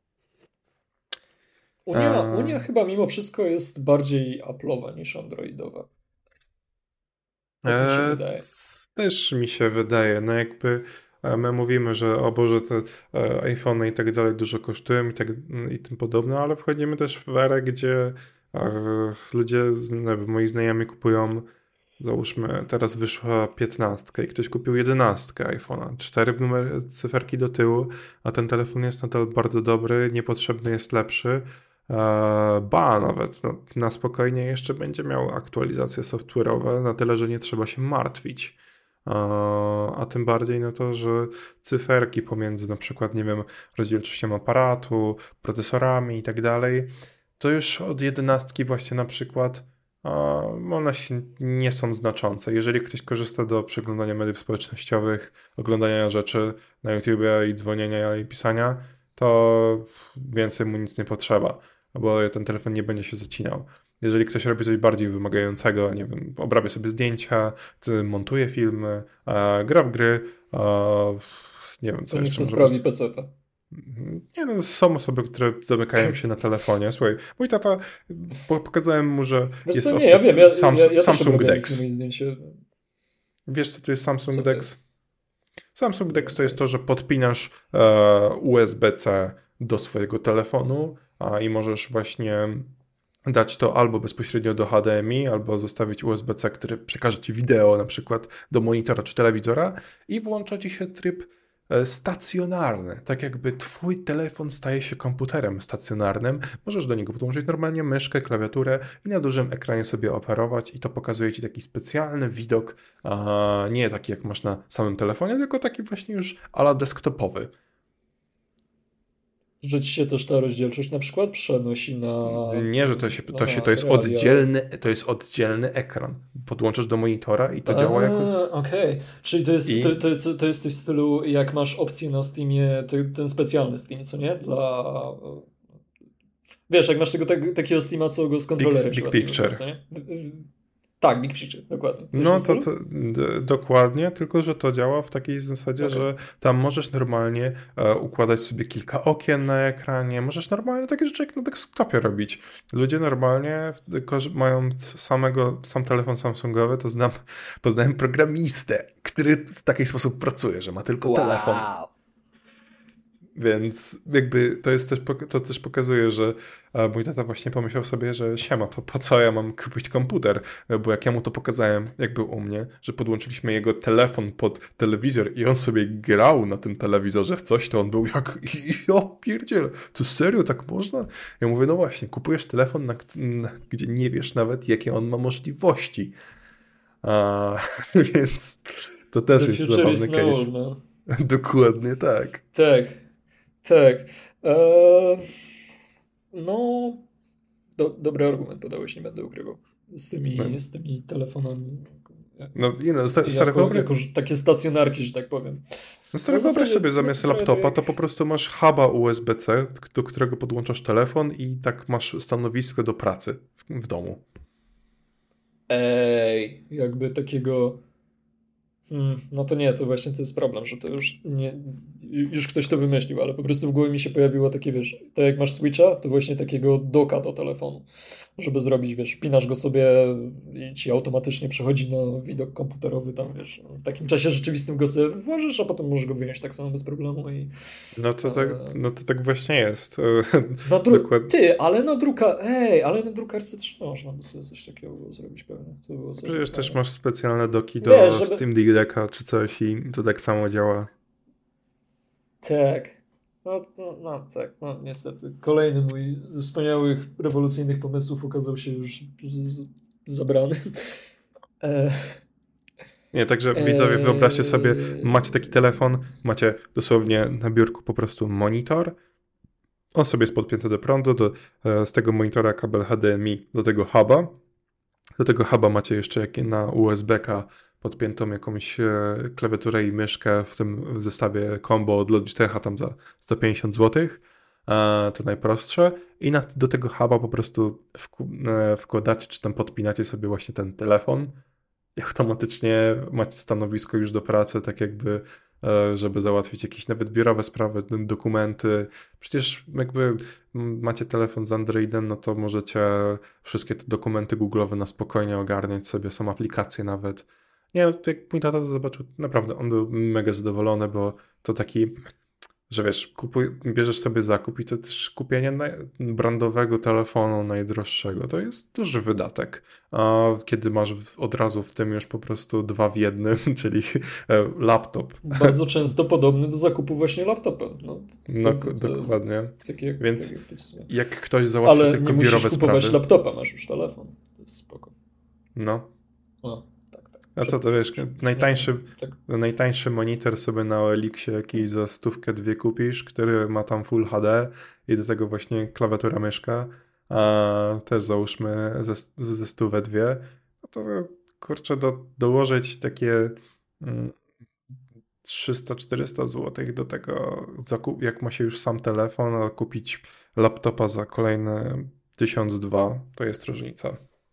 Unia, A... Unia chyba mimo wszystko jest bardziej Apple'owa niż Androidowa. Tak mi się wydaje. Też mi się wydaje, no jakby my mówimy, że o Boże, te iPhony i tak dalej dużo kosztują i, tak, i tym podobne, ale wchodzimy też w erę, gdzie ludzie, moi znajomi kupują, załóżmy, teraz wyszła piętnastka i ktoś kupił jedenastkę iPhone'a, cztery numery, cyferki do tyłu, a ten telefon jest nadal bardzo dobry, niepotrzebny jest lepszy, ba nawet no, na spokojnie jeszcze będzie miał aktualizacje software'owe, na tyle, że nie trzeba się martwić. A tym bardziej no to, że cyferki pomiędzy na przykład, nie wiem, rozdzielczością aparatu, procesorami i tak dalej, to już od jedenastki właśnie na przykład one się nie są znaczące. Jeżeli ktoś korzysta do przeglądania mediów społecznościowych, oglądania rzeczy na YouTubie i dzwonienia i pisania, to więcej mu nic nie potrzeba, bo ten telefon nie będzie się zacinał. Jeżeli ktoś robi coś bardziej wymagającego, nie wiem, obrabia sobie zdjęcia, montuje filmy, e, gra w gry, e, nie wiem, co to jeszcze. To sprawi peceta. Nie no, są osoby, które zamykają się na telefonie. Słuchaj, mój tata, pokazałem mu, że Wiesz jest co, opcja nie, ja wiem, ja, Samsung, ja, ja Samsung Dex. Zdjęcie. Wiesz, co to jest Samsung co Dex? jest? Samsung Dex to jest to, że podpinasz e, U S B C do swojego telefonu a, i możesz właśnie dać to albo bezpośrednio do H D M I, albo zostawić U S B C, który przekaże ci wideo na przykład do monitora czy telewizora i włącza ci się tryb e, stacjonarny. Tak jakby twój telefon staje się komputerem stacjonarnym. Możesz do niego podłączyć normalnie myszkę, klawiaturę i na dużym ekranie sobie operować i to pokazuje ci taki specjalny widok, a nie taki jak masz na samym telefonie, tylko taki właśnie już ala desktopowy. Że ci się też ta rozdzielczość na przykład przenosi na... Nie, że to się, to na się, to jest realia. oddzielny, to jest oddzielny ekran. Podłączasz do monitora i to A, działa jako... Okej, okay. Czyli to jest, I- to, to, to jest coś w stylu, jak masz opcję na Steamie, to, ten specjalny Steam, co nie? Dla... Wiesz, jak masz tego tak, takiego Steama, co go z kontrolerem Big się Picture. co nie? Tak, Big Picture, dokładnie. Coś w No tym to, stylu? to d- dokładnie, tylko że to działa w takiej zasadzie, Okej. że tam możesz normalnie e, układać sobie kilka okien na ekranie, możesz normalnie takie rzeczy jak na desktopie robić. Ludzie normalnie, tylko że mają samego, sam telefon Samsungowy, to znam, poznałem programistę, który w taki sposób pracuje, że ma tylko telefon. Więc jakby to jest też, pok- to też pokazuje, że e, mój tata właśnie pomyślał sobie, że siema, to po co ja mam kupić komputer? E, Bo jak ja mu to pokazałem, jak był u mnie, że podłączyliśmy jego telefon pod telewizor i on sobie grał na tym telewizorze w coś, to on był jak, ja pierdzielę, to serio tak można? Ja mówię, no właśnie, kupujesz telefon, na, kt- na, gdzie nie wiesz nawet, jakie on ma możliwości. A, więc to też The jest future is zabawny now, case. no. Dokładnie tak. Tak, tak. Eee, no, do, dobry argument podałeś, nie będę ukrywał. Z tymi, No. z tymi telefonami. No, nie no, sta- stary, Jako, wyobraź, jako że takie stacjonarki, że tak powiem. no stary, No w wyobraź zasadzie sobie to- zamiast to laptopa, jak- to po prostu masz huba U S B C, do którego podłączasz telefon i tak masz stanowisko do pracy w, w domu. Ej, jakby takiego... Hmm, no to nie, to właśnie to jest problem, że to już nie... Już ktoś to wymyślił, ale po prostu w głowie mi się pojawiło takie, wiesz, tak jak masz Switcha, to właśnie takiego docka do telefonu, żeby zrobić, wiesz, wpinasz go sobie i ci automatycznie przechodzi na widok komputerowy tam, wiesz, w takim czasie rzeczywistym go sobie włożysz, a potem możesz go wyjąć tak samo bez problemu i... No to tak, no to tak właśnie jest. Na dru... Dokładnie. Ty, ale na druka... Ej, ale na drukarce trzy można by sobie coś takiego było zrobić pewnie. To było coś Przecież też fajnego. masz specjalne doki do Wiesz, żeby- Steam Decka czy coś i to tak samo działa. Tak. No, no, no tak, no niestety. Kolejny mój ze wspaniałych, rewolucyjnych pomysłów okazał się już z, z, zabrany. E, Nie, także widzowie, wyobraźcie sobie, Eee. macie taki telefon, macie dosłownie na biurku po prostu monitor, on sobie jest podpięty do prądu, do, e, z tego monitora kabel H D M I do tego huba. Do tego huba macie jeszcze jak na U S B-ka podpiętą jakąś e, klawiaturę i myszkę w tym zestawie combo od Logitecha tam za sto pięćdziesiąt złotych. E, to najprostsze. I na, do tego huba po prostu wku, e, wkładacie czy tam podpinacie sobie właśnie ten telefon i automatycznie macie stanowisko już do pracy, tak jakby, e, żeby załatwić jakieś nawet biurowe sprawy, dokumenty. Przecież jakby m, macie telefon z Androidem, no to możecie wszystkie te dokumenty google'owe na spokojnie ogarniać sobie, są aplikacje nawet. Nie, no, jak mój tata to zobaczył, naprawdę on był mega zadowolony, bo to taki, że wiesz, kupuj, bierzesz sobie zakup i to też kupienie naj, brandowego telefonu najdroższego, to jest duży wydatek. A kiedy masz w, od razu w tym już po prostu dwa w jednym, czyli e, laptop. bardzo często podobny do zakupu właśnie laptopa. No, No, to- to- to- dokładnie. Takie jak, Więc tak jak to w sumie. Jak ktoś załatwi Ale tylko nie musisz biurowe kupować sprawy. laptopa, masz już telefon. To jest spoko. No. O, tak, tak. A co to wiesz, Prze- najtańszy, tak. najtańszy monitor sobie na O L X-ie jakiś za stówkę dwie kupisz, który ma tam Full H D i do tego właśnie klawiatura, myszka, a też załóżmy ze, ze stówę dwie, no to kurczę, do, dołożyć takie mm, trzysta czterysta złotych do tego, zakup, jak ma się już sam telefon, a kupić laptopa za kolejne tysiąc dwa, to jest różnica.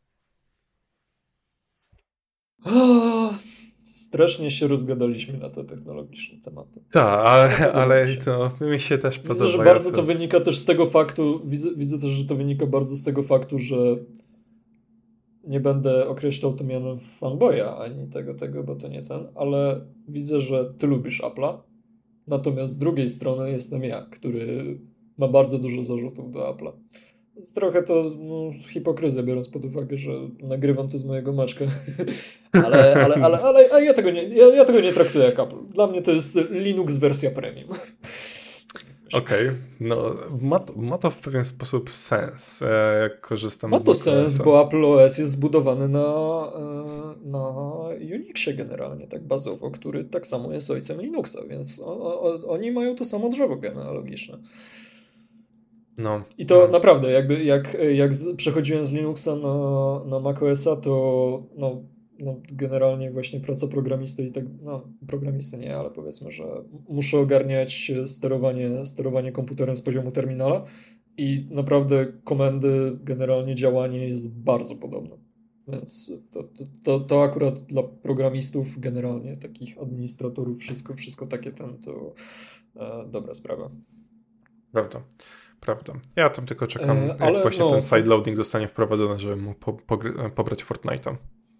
O, strasznie się rozgadaliśmy na te technologiczne tematy. Tak, ale, Podoba ale mi się. to mi się też Widzę, podoba. że bardzo to wynika też z tego faktu, widzę, widzę też, że to wynika bardzo z tego faktu, że nie będę określał to mianem fanboya, ani tego, tego, bo to nie ten, ale widzę, że ty lubisz Apple'a, natomiast z drugiej strony jestem ja, który ma bardzo dużo zarzutów do Apple'a. Trochę to no, hipokryzja, biorąc pod uwagę, że nagrywam to z mojego Maćka. ale, ale, ale, ale a ja, tego nie, ja, ja tego nie traktuję jak Apple. Dla mnie to jest Linux wersja premium. Okej, okay. No ma to, ma to w pewien sposób sens, jak korzystam ma z to sens, bo Apple O S jest zbudowany na, na Unixie generalnie, tak bazowo, który tak samo jest ojcem Linuxa, więc o, o, oni mają to samo drzewo genealogiczne. No, I to no. naprawdę, jakby jak, jak z, przechodziłem z Linuxa na, na macOSa, to no, no, generalnie właśnie praca programisty i tak, no programisty nie, ale powiedzmy, że muszę ogarniać sterowanie, sterowanie komputerem z poziomu terminala i naprawdę komendy, generalnie działanie jest bardzo podobne. Więc to, to, to, to akurat dla programistów, generalnie takich administratorów, wszystko, wszystko takie ten, to e, dobra sprawa. Prawda. Prawda. Ja tam tylko czekam, e, jak ale, właśnie no, ten sideloading zostanie wprowadzony, żeby mógł po, po, pobrać Fortnite'a.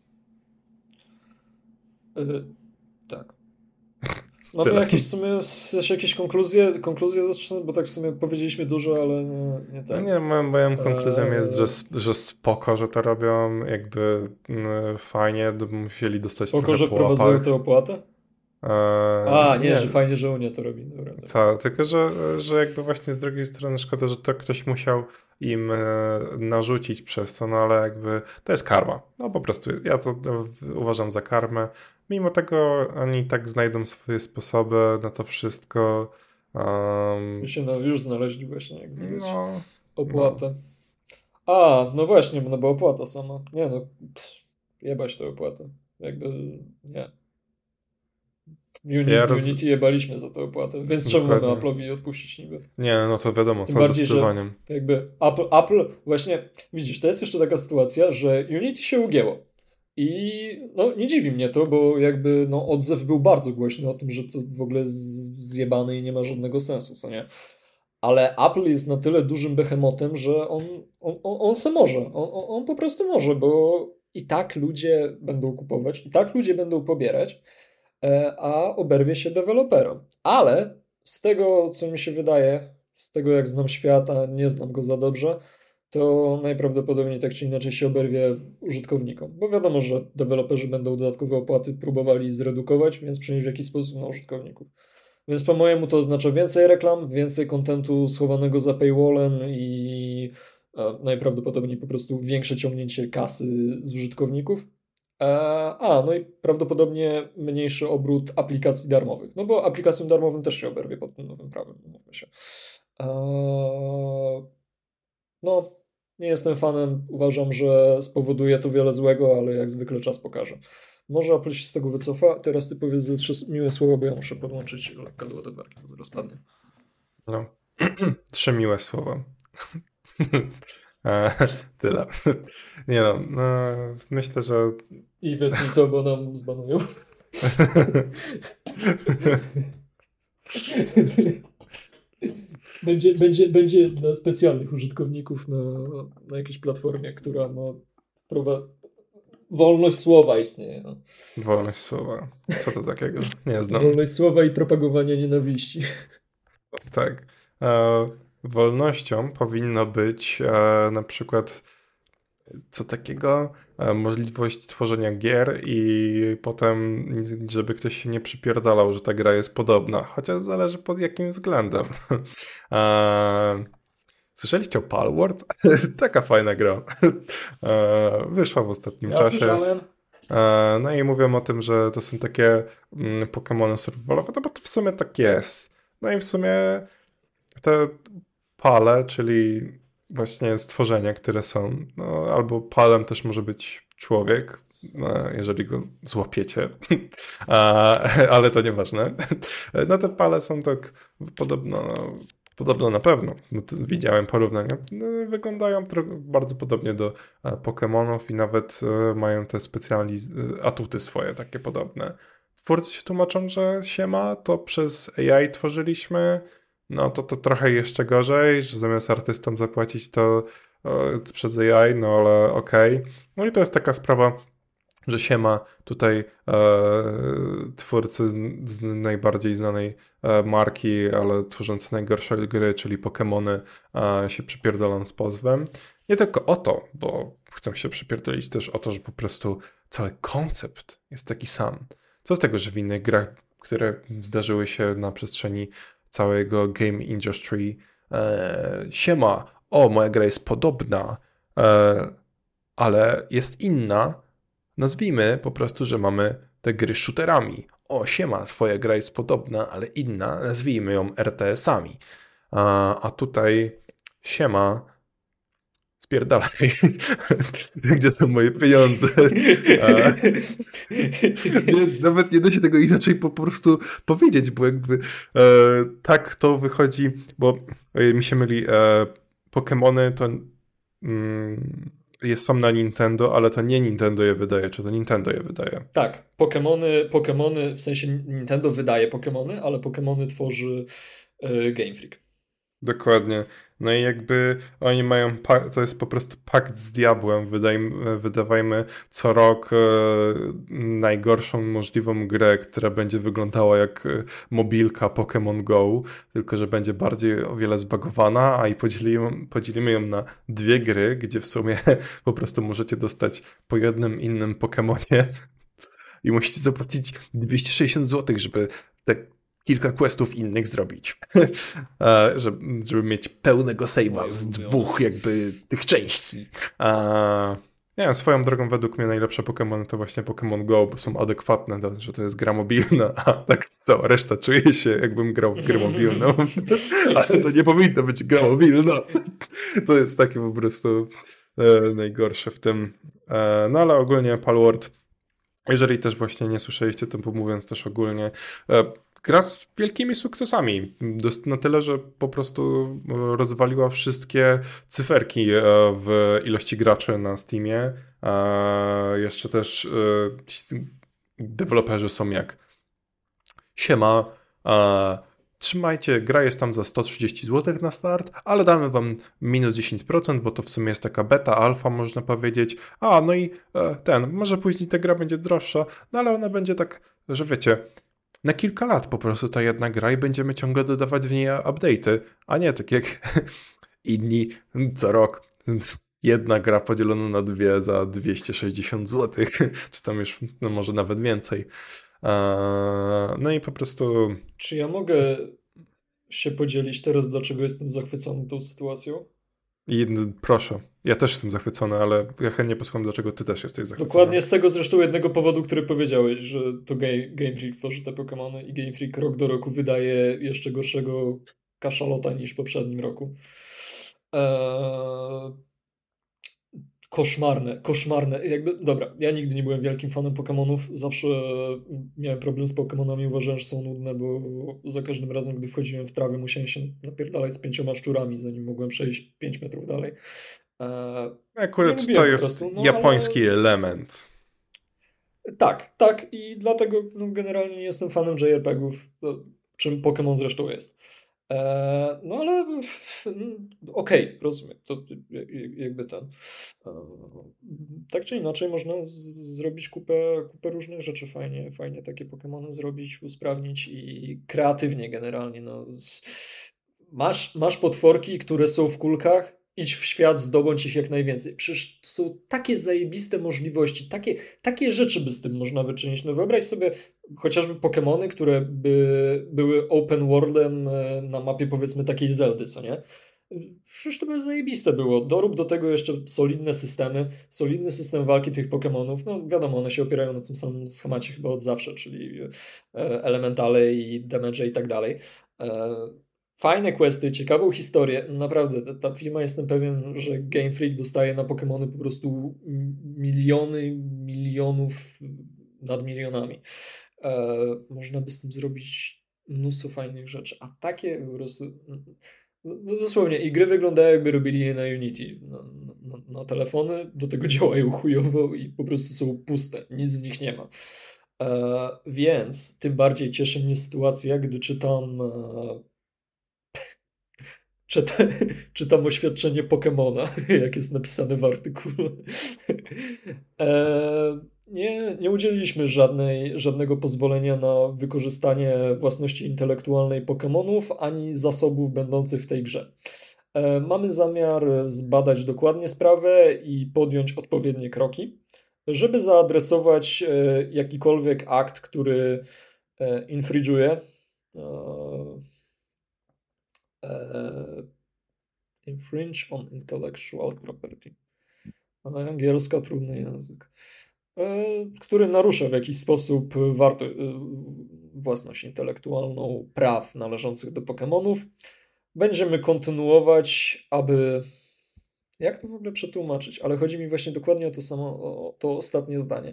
Yy, tak. Mamy Tyle. jakieś w sumie jeszcze jakieś konkluzje, konkluzje zacznę, bo tak w sumie powiedzieliśmy dużo, ale nie, nie tak. No nie, moją, moją konkluzją eee... jest, że, że spoko, że to robią, jakby m, fajnie, musieli dostać spoko, trochę że po wprowadzają łapach. tę opłatę? Eee, A, nie, nie, że fajnie, że Unia to robi. Dobra, dobra. Co, tylko, że, że jakby właśnie z drugiej strony szkoda, że to ktoś musiał im e, narzucić przez to, no ale jakby to jest karma. No po prostu ja to uważam za karmę. Mimo tego oni tak znajdą swoje sposoby na to wszystko. Um, się no, już znaleźli właśnie jakby no, opłatę. No. A, no właśnie, no bo opłata sama. Nie no, pff, jebać tę opłatę. Jakby nie. Unity, ja roz... Unity jebaliśmy za tę opłatę, więc czemu mamy Apple'owi odpuścić niby? Nie, no to wiadomo, Tym to bardziej, że jakby Apple, Apple, właśnie, widzisz, to jest jeszcze taka sytuacja, że Unity się ugięło i no nie dziwi mnie to, bo jakby no odzew był bardzo głośny o tym, że to w ogóle jest zjebane i nie ma żadnego sensu, co nie? Ale Apple jest na tyle dużym behemotem, że on, on, on, on se może, on, on po prostu może, bo i tak ludzie będą kupować, i tak ludzie będą pobierać, a oberwie się deweloperom. Ale z tego, co mi się wydaje, z tego jak znam świat, a nie znam go za dobrze, to najprawdopodobniej tak czy inaczej się oberwie użytkownikom. Bo wiadomo, że deweloperzy będą dodatkowe opłaty próbowali zredukować, więc przenieść w jakiś sposób na użytkowników. Więc po mojemu to oznacza więcej reklam, więcej kontentu schowanego za paywallem i najprawdopodobniej po prostu większe ciągnięcie kasy z użytkowników. A, no i prawdopodobnie mniejszy obrót aplikacji darmowych. No bo aplikacjom darmowym też się oberwie pod tym nowym prawem, mówmy się. No, nie jestem fanem. Uważam, że spowoduje to wiele złego, ale jak zwykle czas pokaże. Może Apple się z tego wycofa. Teraz ty powiedz trzy miłe słowa, bo ja muszę podłączyć lekkę do ładowarki, bo zaraz padnie. No, trzy miłe słowa. Tyle. Nie no, no, myślę, że... I wytnij to, bo nam zbanują. będzie, będzie, będzie dla specjalnych użytkowników na, na jakiejś platformie, która no, wprowadza... Wolność słowa istnieje. No. Wolność słowa. Co to takiego? Nie znam. Wolność słowa i propagowanie nienawiści. Tak. E, wolnością powinno być e, na przykład co takiego e, możliwość tworzenia gier i potem, żeby ktoś się nie przypierdalał, że ta gra jest podobna. Chociaż zależy pod jakim względem. e, Słyszeliście o Palworld? Taka fajna gra. E, wyszła w ostatnim ja czasie. Słyszałem. E, no i mówią o tym, że to są takie mm, Pokémony survivalowe, no bo to w sumie tak jest. No i w sumie te pale, czyli właśnie stworzenia, które są, no, albo palem też może być człowiek, no, jeżeli go złapiecie, A, ale to nieważne. No te pale są tak podobno, no, podobno na pewno, no to widziałem porównania, no, wyglądają tro- bardzo podobnie do e, Pokémonów i nawet e, mają te specjalne atuty swoje, takie podobne. Twórcy się tłumaczą, że siema, to przez A I tworzyliśmy, no to to trochę jeszcze gorzej, że zamiast artystom zapłacić to e, przez A I, no ale okej. Okay. No i to jest taka sprawa, że siema, tutaj e, twórcy z najbardziej znanej e, marki, ale tworzący najgorsze gry, czyli Pokemony, e, się przypierdolą z pozwem. Nie tylko o to, bo chcą się przypierdolić też o to, że po prostu cały koncept jest taki sam. Co z tego, że w innych grach, które zdarzyły się na przestrzeni całego game industry, e, siema, o, moja gra jest podobna, e, ale jest inna. Nazwijmy po prostu, że mamy te gry shooterami. O, siema, twoja gra jest podobna, ale inna. Nazwijmy ją er te esami. A, a tutaj siema, spierdalaj. Gdzie są moje pieniądze? A, nie, nawet nie da się tego inaczej po prostu powiedzieć, bo jakby e, tak to wychodzi, bo e, mi się myli, e, Pokemony to mm, jest, są na Nintendo, ale to nie Nintendo je wydaje, czy to Nintendo je wydaje? Tak, Pokemony, Pokemony, w sensie Nintendo wydaje Pokemony, ale Pokemony tworzy y, Game Freak. Dokładnie. No i jakby oni mają, to jest po prostu pakt z diabłem. Wydajmy, wydawajmy co rok e, najgorszą możliwą grę, która będzie wyglądała jak mobilka Pokémon Go, tylko że będzie bardziej o wiele zbagowana, a i podzielimy, podzielimy ją na dwie gry, gdzie w sumie po prostu możecie dostać po jednym innym Pokémonie i musicie zapłacić dwieście sześćdziesiąt złotych, żeby te kilka questów innych zrobić, żeby, żeby mieć pełnego save'a z dwóch jakby tych części. Nie wiem, swoją drogą według mnie najlepsze Pokémony to właśnie Pokémon Go, bo są adekwatne, to, że to jest gra mobilna, a tak cała reszta czuje się jakbym grał w grę mobilną. Ale to nie powinno być gra mobilna. To jest takie po prostu e, najgorsze w tym. E, no ale ogólnie Palworld, jeżeli też właśnie nie słyszeliście, to mówiąc też ogólnie, e, gra z wielkimi sukcesami. Na tyle, że po prostu rozwaliła wszystkie cyferki w ilości graczy na Steamie. Jeszcze też deweloperzy są jak siema, trzymajcie, gra jest tam za sto trzydzieści złotych na start, ale damy wam minus dziesięć procent, bo to w sumie jest taka beta, alfa można powiedzieć. A, no i ten, może później ta gra będzie droższa, no ale ona będzie tak, że wiecie, na kilka lat po prostu ta jedna gra i będziemy ciągle dodawać w niej update'y, a nie tak jak inni co rok. Jedna gra podzielona na dwie za dwieście sześćdziesiąt złotych, czy tam już no może nawet więcej. No i po prostu... Czy ja mogę się podzielić teraz, dlaczego jestem zachwycony tą sytuacją? I, proszę, ja też jestem zachwycony, ale ja chętnie posłucham, dlaczego ty też jesteś zachwycony. Dokładnie z tego zresztą jednego powodu, który powiedziałeś, że to Game, Game Freak tworzy te Pokemony i Game Freak rok do roku wydaje jeszcze gorszego kaszalota niż w poprzednim roku. Eee... Koszmarne, koszmarne. Jakby, dobra, ja nigdy nie byłem wielkim fanem Pokemonów, zawsze miałem problem z Pokemonami, uważałem, że są nudne, bo za każdym razem, gdy wchodziłem w trawę, musiałem się napierdalać z pięcioma szczurami, zanim mogłem przejść pięć metrów dalej. Eee, Akurat to jest prostu, no, japoński ale... element. Tak, tak i dlatego no, generalnie nie jestem fanem J R P G-ów, czym Pokémon zresztą jest. Eee, no ale okej, okay, rozumiem. To jakby ten. Eee, tak czy inaczej można z- zrobić kupę, kupę różnych rzeczy. Fajnie, fajnie takie Pokemony zrobić, usprawnić i kreatywnie generalnie. No. Masz, masz potworki, które są w kulkach, idź w świat, zdobądź ich jak najwięcej. Przecież to są takie zajebiste możliwości, takie, takie rzeczy by z tym można wyczynić. No wyobraź sobie chociażby Pokemony, które by były open worldem na mapie powiedzmy takiej Zeldy, co nie? Przecież to by zajebiste było. Dorób do tego jeszcze solidne systemy, solidny system walki tych Pokemonów. No wiadomo, one się opierają na tym samym schemacie chyba od zawsze, czyli elementale i damage i tak dalej. Fajne questy, ciekawą historię. Naprawdę, ta, ta firma, jestem pewien, że Game Freak dostaje na Pokemony po prostu miliony, milionów nad milionami. E, można by z tym zrobić mnóstwo fajnych rzeczy, a takie po prostu no, dosłownie i gry wyglądają jakby robili je na Unity, na, na, na telefony, do tego działają chujowo i po prostu są puste, nic w nich nie ma. E, więc tym bardziej cieszy mnie sytuacja, gdy czytam e, Czytam, czytam oświadczenie Pokemona, jak jest napisane w artykule. E, nie, nie udzieliliśmy żadnej, żadnego pozwolenia na wykorzystanie własności intelektualnej Pokemonów ani zasobów będących w tej grze. E, mamy zamiar zbadać dokładnie sprawę i podjąć odpowiednie kroki, żeby zaadresować e, jakikolwiek akt, który e, infringe'uje e, e, infringe on intellectual property. Angielska, trudny język. Który narusza w jakiś sposób warto, własność intelektualną praw należących do Pokemonów. Będziemy kontynuować, aby... Jak to w ogóle przetłumaczyć? Ale chodzi mi właśnie dokładnie o to samo, o to ostatnie zdanie.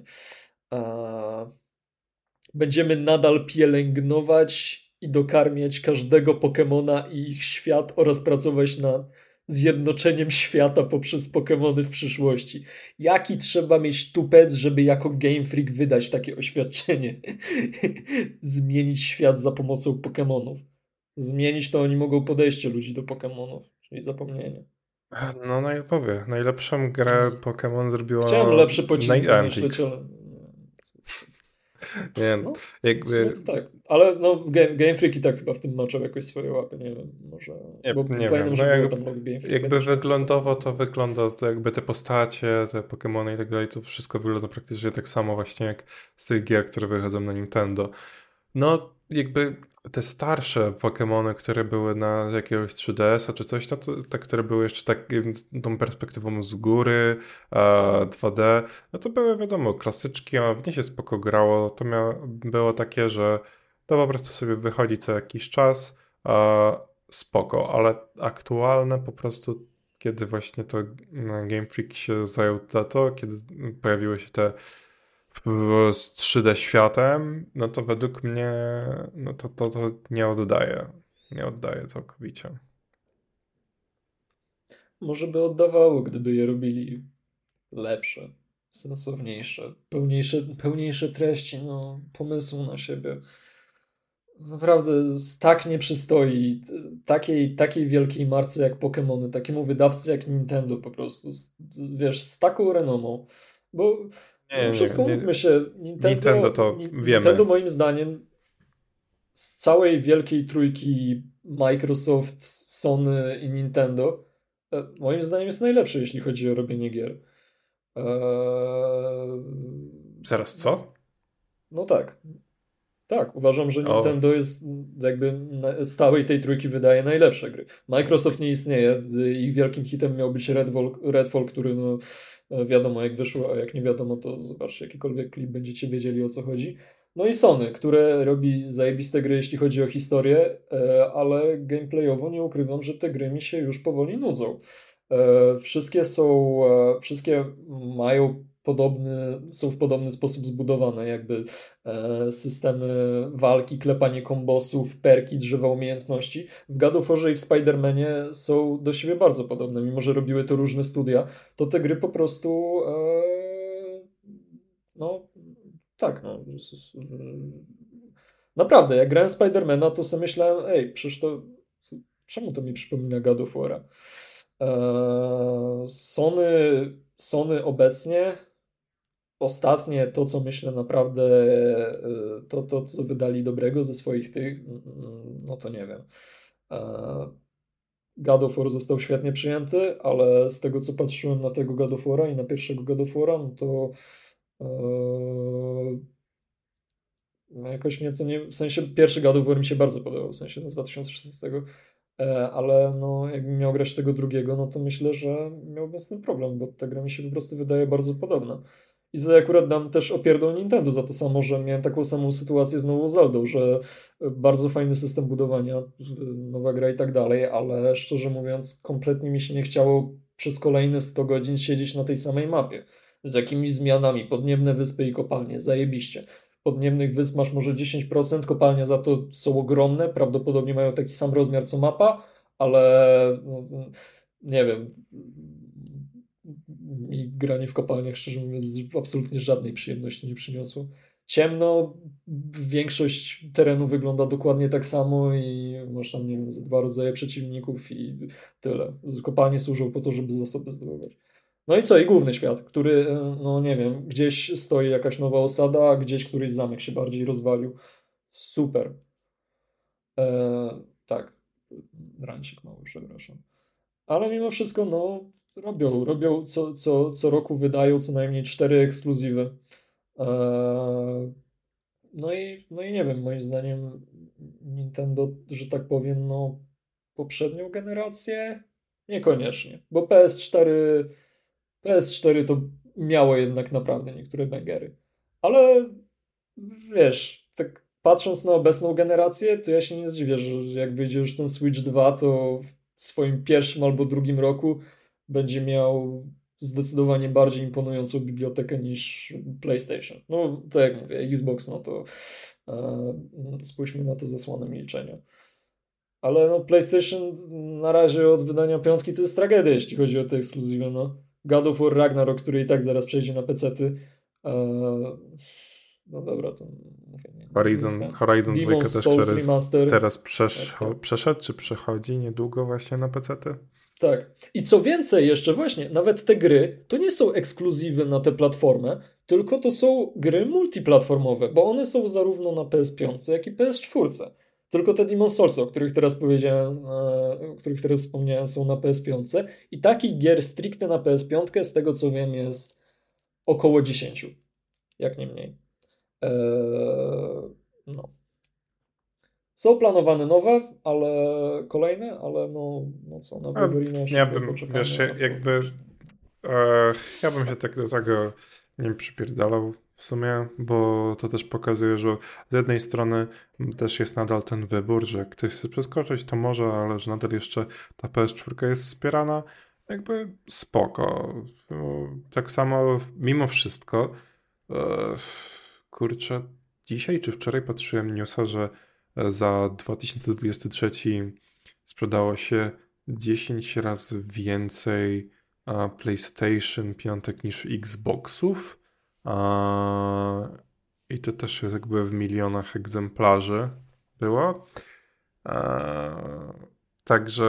Będziemy nadal pielęgnować i dokarmiać każdego Pokemona i ich świat oraz pracować nad zjednoczeniem świata poprzez Pokemony w przyszłości. Jaki trzeba mieć tupet, żeby jako Game Freak wydać takie oświadczenie? Zmienić świat za pomocą Pokemonów. Zmienić to oni mogą podejście ludzi do Pokemonów, czyli zapomnienie. No, no ja powiem, najlepszą grę Pokémon zrobiło Chciałem lepszy pocisk Niantic. myśleć, ale... Nie, no, jakby... tak, ale no Game, Game Freak i tak chyba w tym maczał jakoś swoje łapy, nie wiem, może... Nie, bo nie pamiętam, wiem, że no było jak, tam logo Game Freak. jakby wyglądowo to wygląda, to jakby te postacie, te Pokémony i tak dalej, to wszystko wygląda praktycznie tak samo właśnie jak z tych gier, które wychodzą na Nintendo. No jakby te starsze Pokémony, które były na jakiegoś trzy D S a czy coś, no to te, które były jeszcze tak tą perspektywą z góry, e, dwa D, no to były wiadomo klasyczki, a w nie się spoko grało. To miało, było takie, że to po prostu sobie wychodzi co jakiś czas, e, spoko, ale aktualne po prostu, kiedy właśnie to Game Freak się zajął za to, kiedy pojawiły się te z trzy D światem, no to według mnie no to, to, to nie oddaje. Nie oddaje całkowicie. Może by oddawało, gdyby je robili lepsze, sensowniejsze, pełniejsze, pełniejsze treści, no, pomysłu na siebie. Naprawdę tak nie przystoi takiej, takiej wielkiej marce jak Pokemony, takiemu wydawcy jak Nintendo po prostu, z, wiesz, z taką renomą, bo Nie, wszystko nie, mówmy się, Nintendo, Nintendo to Ni- wiemy. Nintendo moim zdaniem z całej wielkiej trójki Microsoft, Sony i Nintendo e, moim zdaniem jest najlepszy, jeśli chodzi o robienie gier. Eee... Zaraz co? No tak. Tak, uważam, że O. Nintendo jest jakby na- z całej tej trójki wydaje najlepsze gry. Microsoft nie istnieje. Ich wielkim hitem miał być Redfall, Redfall który no, wiadomo jak wyszło, a jak nie wiadomo, to zobaczcie jakikolwiek klip, będziecie wiedzieli o co chodzi. No i Sony, które robi zajebiste gry, jeśli chodzi o historię, e, ale gameplayowo nie ukrywam, że te gry mi się już powoli nudzą. E, Wszystkie są, e, wszystkie mają podobny, są w podobny sposób zbudowane, jakby e, systemy walki, klepanie kombosów, perki, drzewa umiejętności. W God of Warze i w Spider-Manie są do siebie bardzo podobne, mimo że robiły to różne studia, to te gry po prostu e, no tak, no s- s- naprawdę, jak grałem Spider-Mana, to sobie myślałem, ej, przecież to czemu to mi przypomina God of War'a? E, Sony, Sony obecnie ostatnie to, co myślę naprawdę, e, to, to co wydali dobrego ze swoich tych, no to nie wiem. E, God of War został świetnie przyjęty, ale z tego, co patrzyłem na tego God of War'a i na pierwszego God of War'a, no to e, no jakoś mnie to nie, w sensie pierwszy God of War mi się bardzo podobał, w sensie z dwa tysiące szesnastego, e, ale no jakbym miał grać tego drugiego, no to myślę, że miałbym z tym problem, bo ta gra mi się po prostu wydaje bardzo podobna. I tutaj akurat dam też opierdol Nintendo za to samo, że miałem taką samą sytuację z nową Zeldą, że bardzo fajny system budowania, nowa gra i tak dalej, ale szczerze mówiąc kompletnie mi się nie chciało przez kolejne sto godzin siedzieć na tej samej mapie. Z jakimiś zmianami, podniebne wyspy i kopalnie, zajebiście. Podniebnych wysp masz może dziesięć procent, kopalnia za to są ogromne, prawdopodobnie mają taki sam rozmiar co mapa, ale no, nie wiem, mi granie w kopalniach szczerze mówiąc absolutnie żadnej przyjemności nie przyniosło. Ciemno, większość terenu wygląda dokładnie tak samo i masz tam, nie wiem, ze dwa rodzaje przeciwników i tyle. Kopalnie służą po to, żeby zasoby zdobywać. No i co? I główny świat, który, no nie wiem, gdzieś stoi jakaś nowa osada, a gdzieś któryś zamek się bardziej rozwalił. Super. E, tak. Rancik mały, przepraszam. Ale mimo wszystko, no, robią, robią co, co, co roku wydają co najmniej cztery ekskluzywy. E, no i, no i nie wiem, moim zdaniem Nintendo, że tak powiem, no, poprzednią generację niekoniecznie, bo P S cztery P S cztery to miało jednak naprawdę niektóre bangery. Ale wiesz, tak patrząc na obecną generację, to ja się nie zdziwię, że jak wyjdzie już ten Switch dwa, to w swoim pierwszym albo drugim roku będzie miał zdecydowanie bardziej imponującą bibliotekę niż PlayStation. No, tak jak mówię, Xbox, no to e, spójrzmy na to zasłonę milczenia. Ale no, PlayStation na razie od wydania piątki to jest tragedia, jeśli chodzi o te ekskluzywy, no. God of War Ragnarok, który i tak zaraz przejdzie na pecety. Eee, no dobra, to mówię. Nie, Horizon, nie Horizon dwa też Souls teraz, Remaster. teraz przesz, tak, przeszedł, czy przechodzi niedługo właśnie na pecety? Tak. I co więcej jeszcze właśnie, nawet te gry to nie są ekskluzywy na tę platformę, tylko to są gry multiplatformowe, bo one są zarówno na P S pięć, jak i P S cztery. Tylko te Demon's Souls, o których teraz powiedziałem, o których teraz wspomniałem, są na P S pięć i takich gier stricte na P S pięć, z tego co wiem, jest około dziesięć, jak nie mniej. Eee, no. Są planowane nowe, ale kolejne, ale no, no co, na Wolverine jeszcze ja bym, wiesz, na jakby e, ja bym się tak do tego nie przypierdalał w sumie, bo to też pokazuje, że z jednej strony też jest nadal ten wybór, że jak ktoś chce przeskoczyć, to może, ale że nadal jeszcze ta P S cztery jest wspierana, jakby spoko. Tak samo mimo wszystko e, kurczę, dzisiaj czy wczoraj patrzyłem newsa, że za dwa tysiące dwudziesty trzeci sprzedało się dziesięć razy więcej a, PlayStation pięć niż Xboxów. A, I to też jest jakby w milionach egzemplarzy było. A, także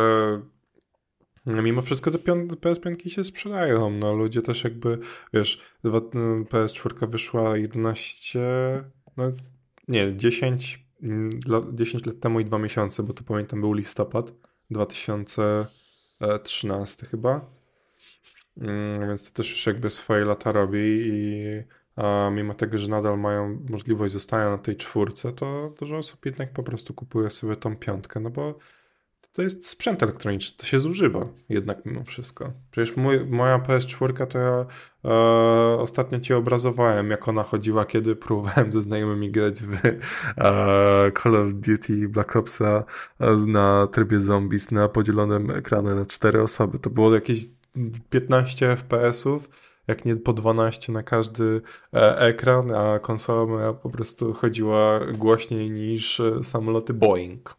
mimo wszystko te P S pięć się sprzedają. No, ludzie też jakby, wiesz, P S cztery wyszła jedenaście, no nie, dziesięć dziesięć lat temu i dwa miesiące, bo to pamiętam był listopad dwa tysiące trzynasty chyba. Więc to też już jakby swoje lata robi i a mimo tego, że nadal mają możliwość zostania na tej czwórce, to dużo osób jednak po prostu kupuje sobie tą piątkę, no bo to jest sprzęt elektroniczny, to się zużywa jednak mimo wszystko. Przecież mój, moja P S cztery to ja e, ostatnio ci obrazowałem, jak ona chodziła, kiedy próbowałem ze znajomymi grać w e, Call of Duty Black Opsa na trybie zombies na podzielonym ekranie na cztery osoby. To było jakieś piętnaście F P S-ów, jak nie po dwanaście na każdy e, ekran, a konsola moja po prostu chodziła głośniej niż samoloty Boeing.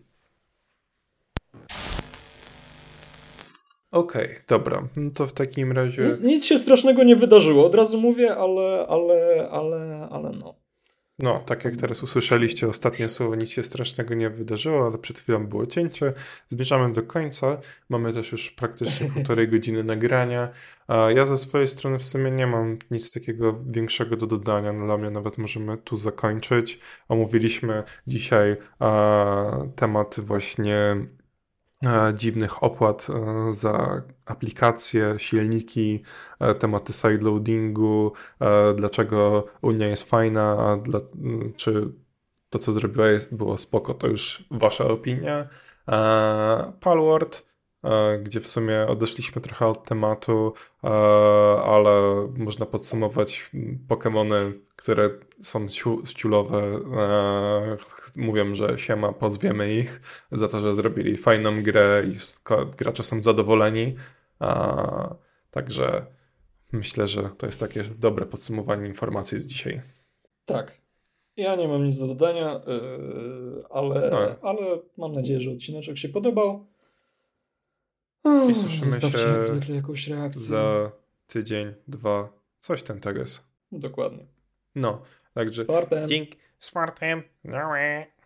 Okej, okay, dobra. No to w takim razie... Nic, nic się strasznego nie wydarzyło, od razu mówię, ale, ale, ale, ale no. No, tak jak teraz usłyszeliście ostatnie słowo, nic się strasznego nie wydarzyło, ale przed chwilą było cięcie. Zbliżamy do końca. Mamy też już praktycznie półtorej godziny nagrania. Ja ze swojej strony w sumie nie mam nic takiego większego do dodania. Dla mnie nawet możemy tu zakończyć. Omówiliśmy dzisiaj temat właśnie dziwnych opłat za aplikacje, silniki, tematy sideloadingu, dlaczego Unia jest fajna, a dla, czy to, co zrobiła, jest, było spoko, to już wasza opinia. Palworld, gdzie w sumie odeszliśmy trochę od tematu, ale można podsumować Pokemony, które są ciulowe, mówią, że siema, pozwiemy ich za to, że zrobili fajną grę i gracze są zadowoleni. Także myślę, że to jest takie dobre podsumowanie informacji z dzisiaj. Tak. Ja nie mam nic do dodania, ale, no. ale mam nadzieję, że odcineczek się podobał. I słyszymy Zostawcie się jak zwykle jakąś reakcję. za tydzień, dwa, coś ten tego jest. Dokładnie. No, także Z fartem. dzięki. Z fartem.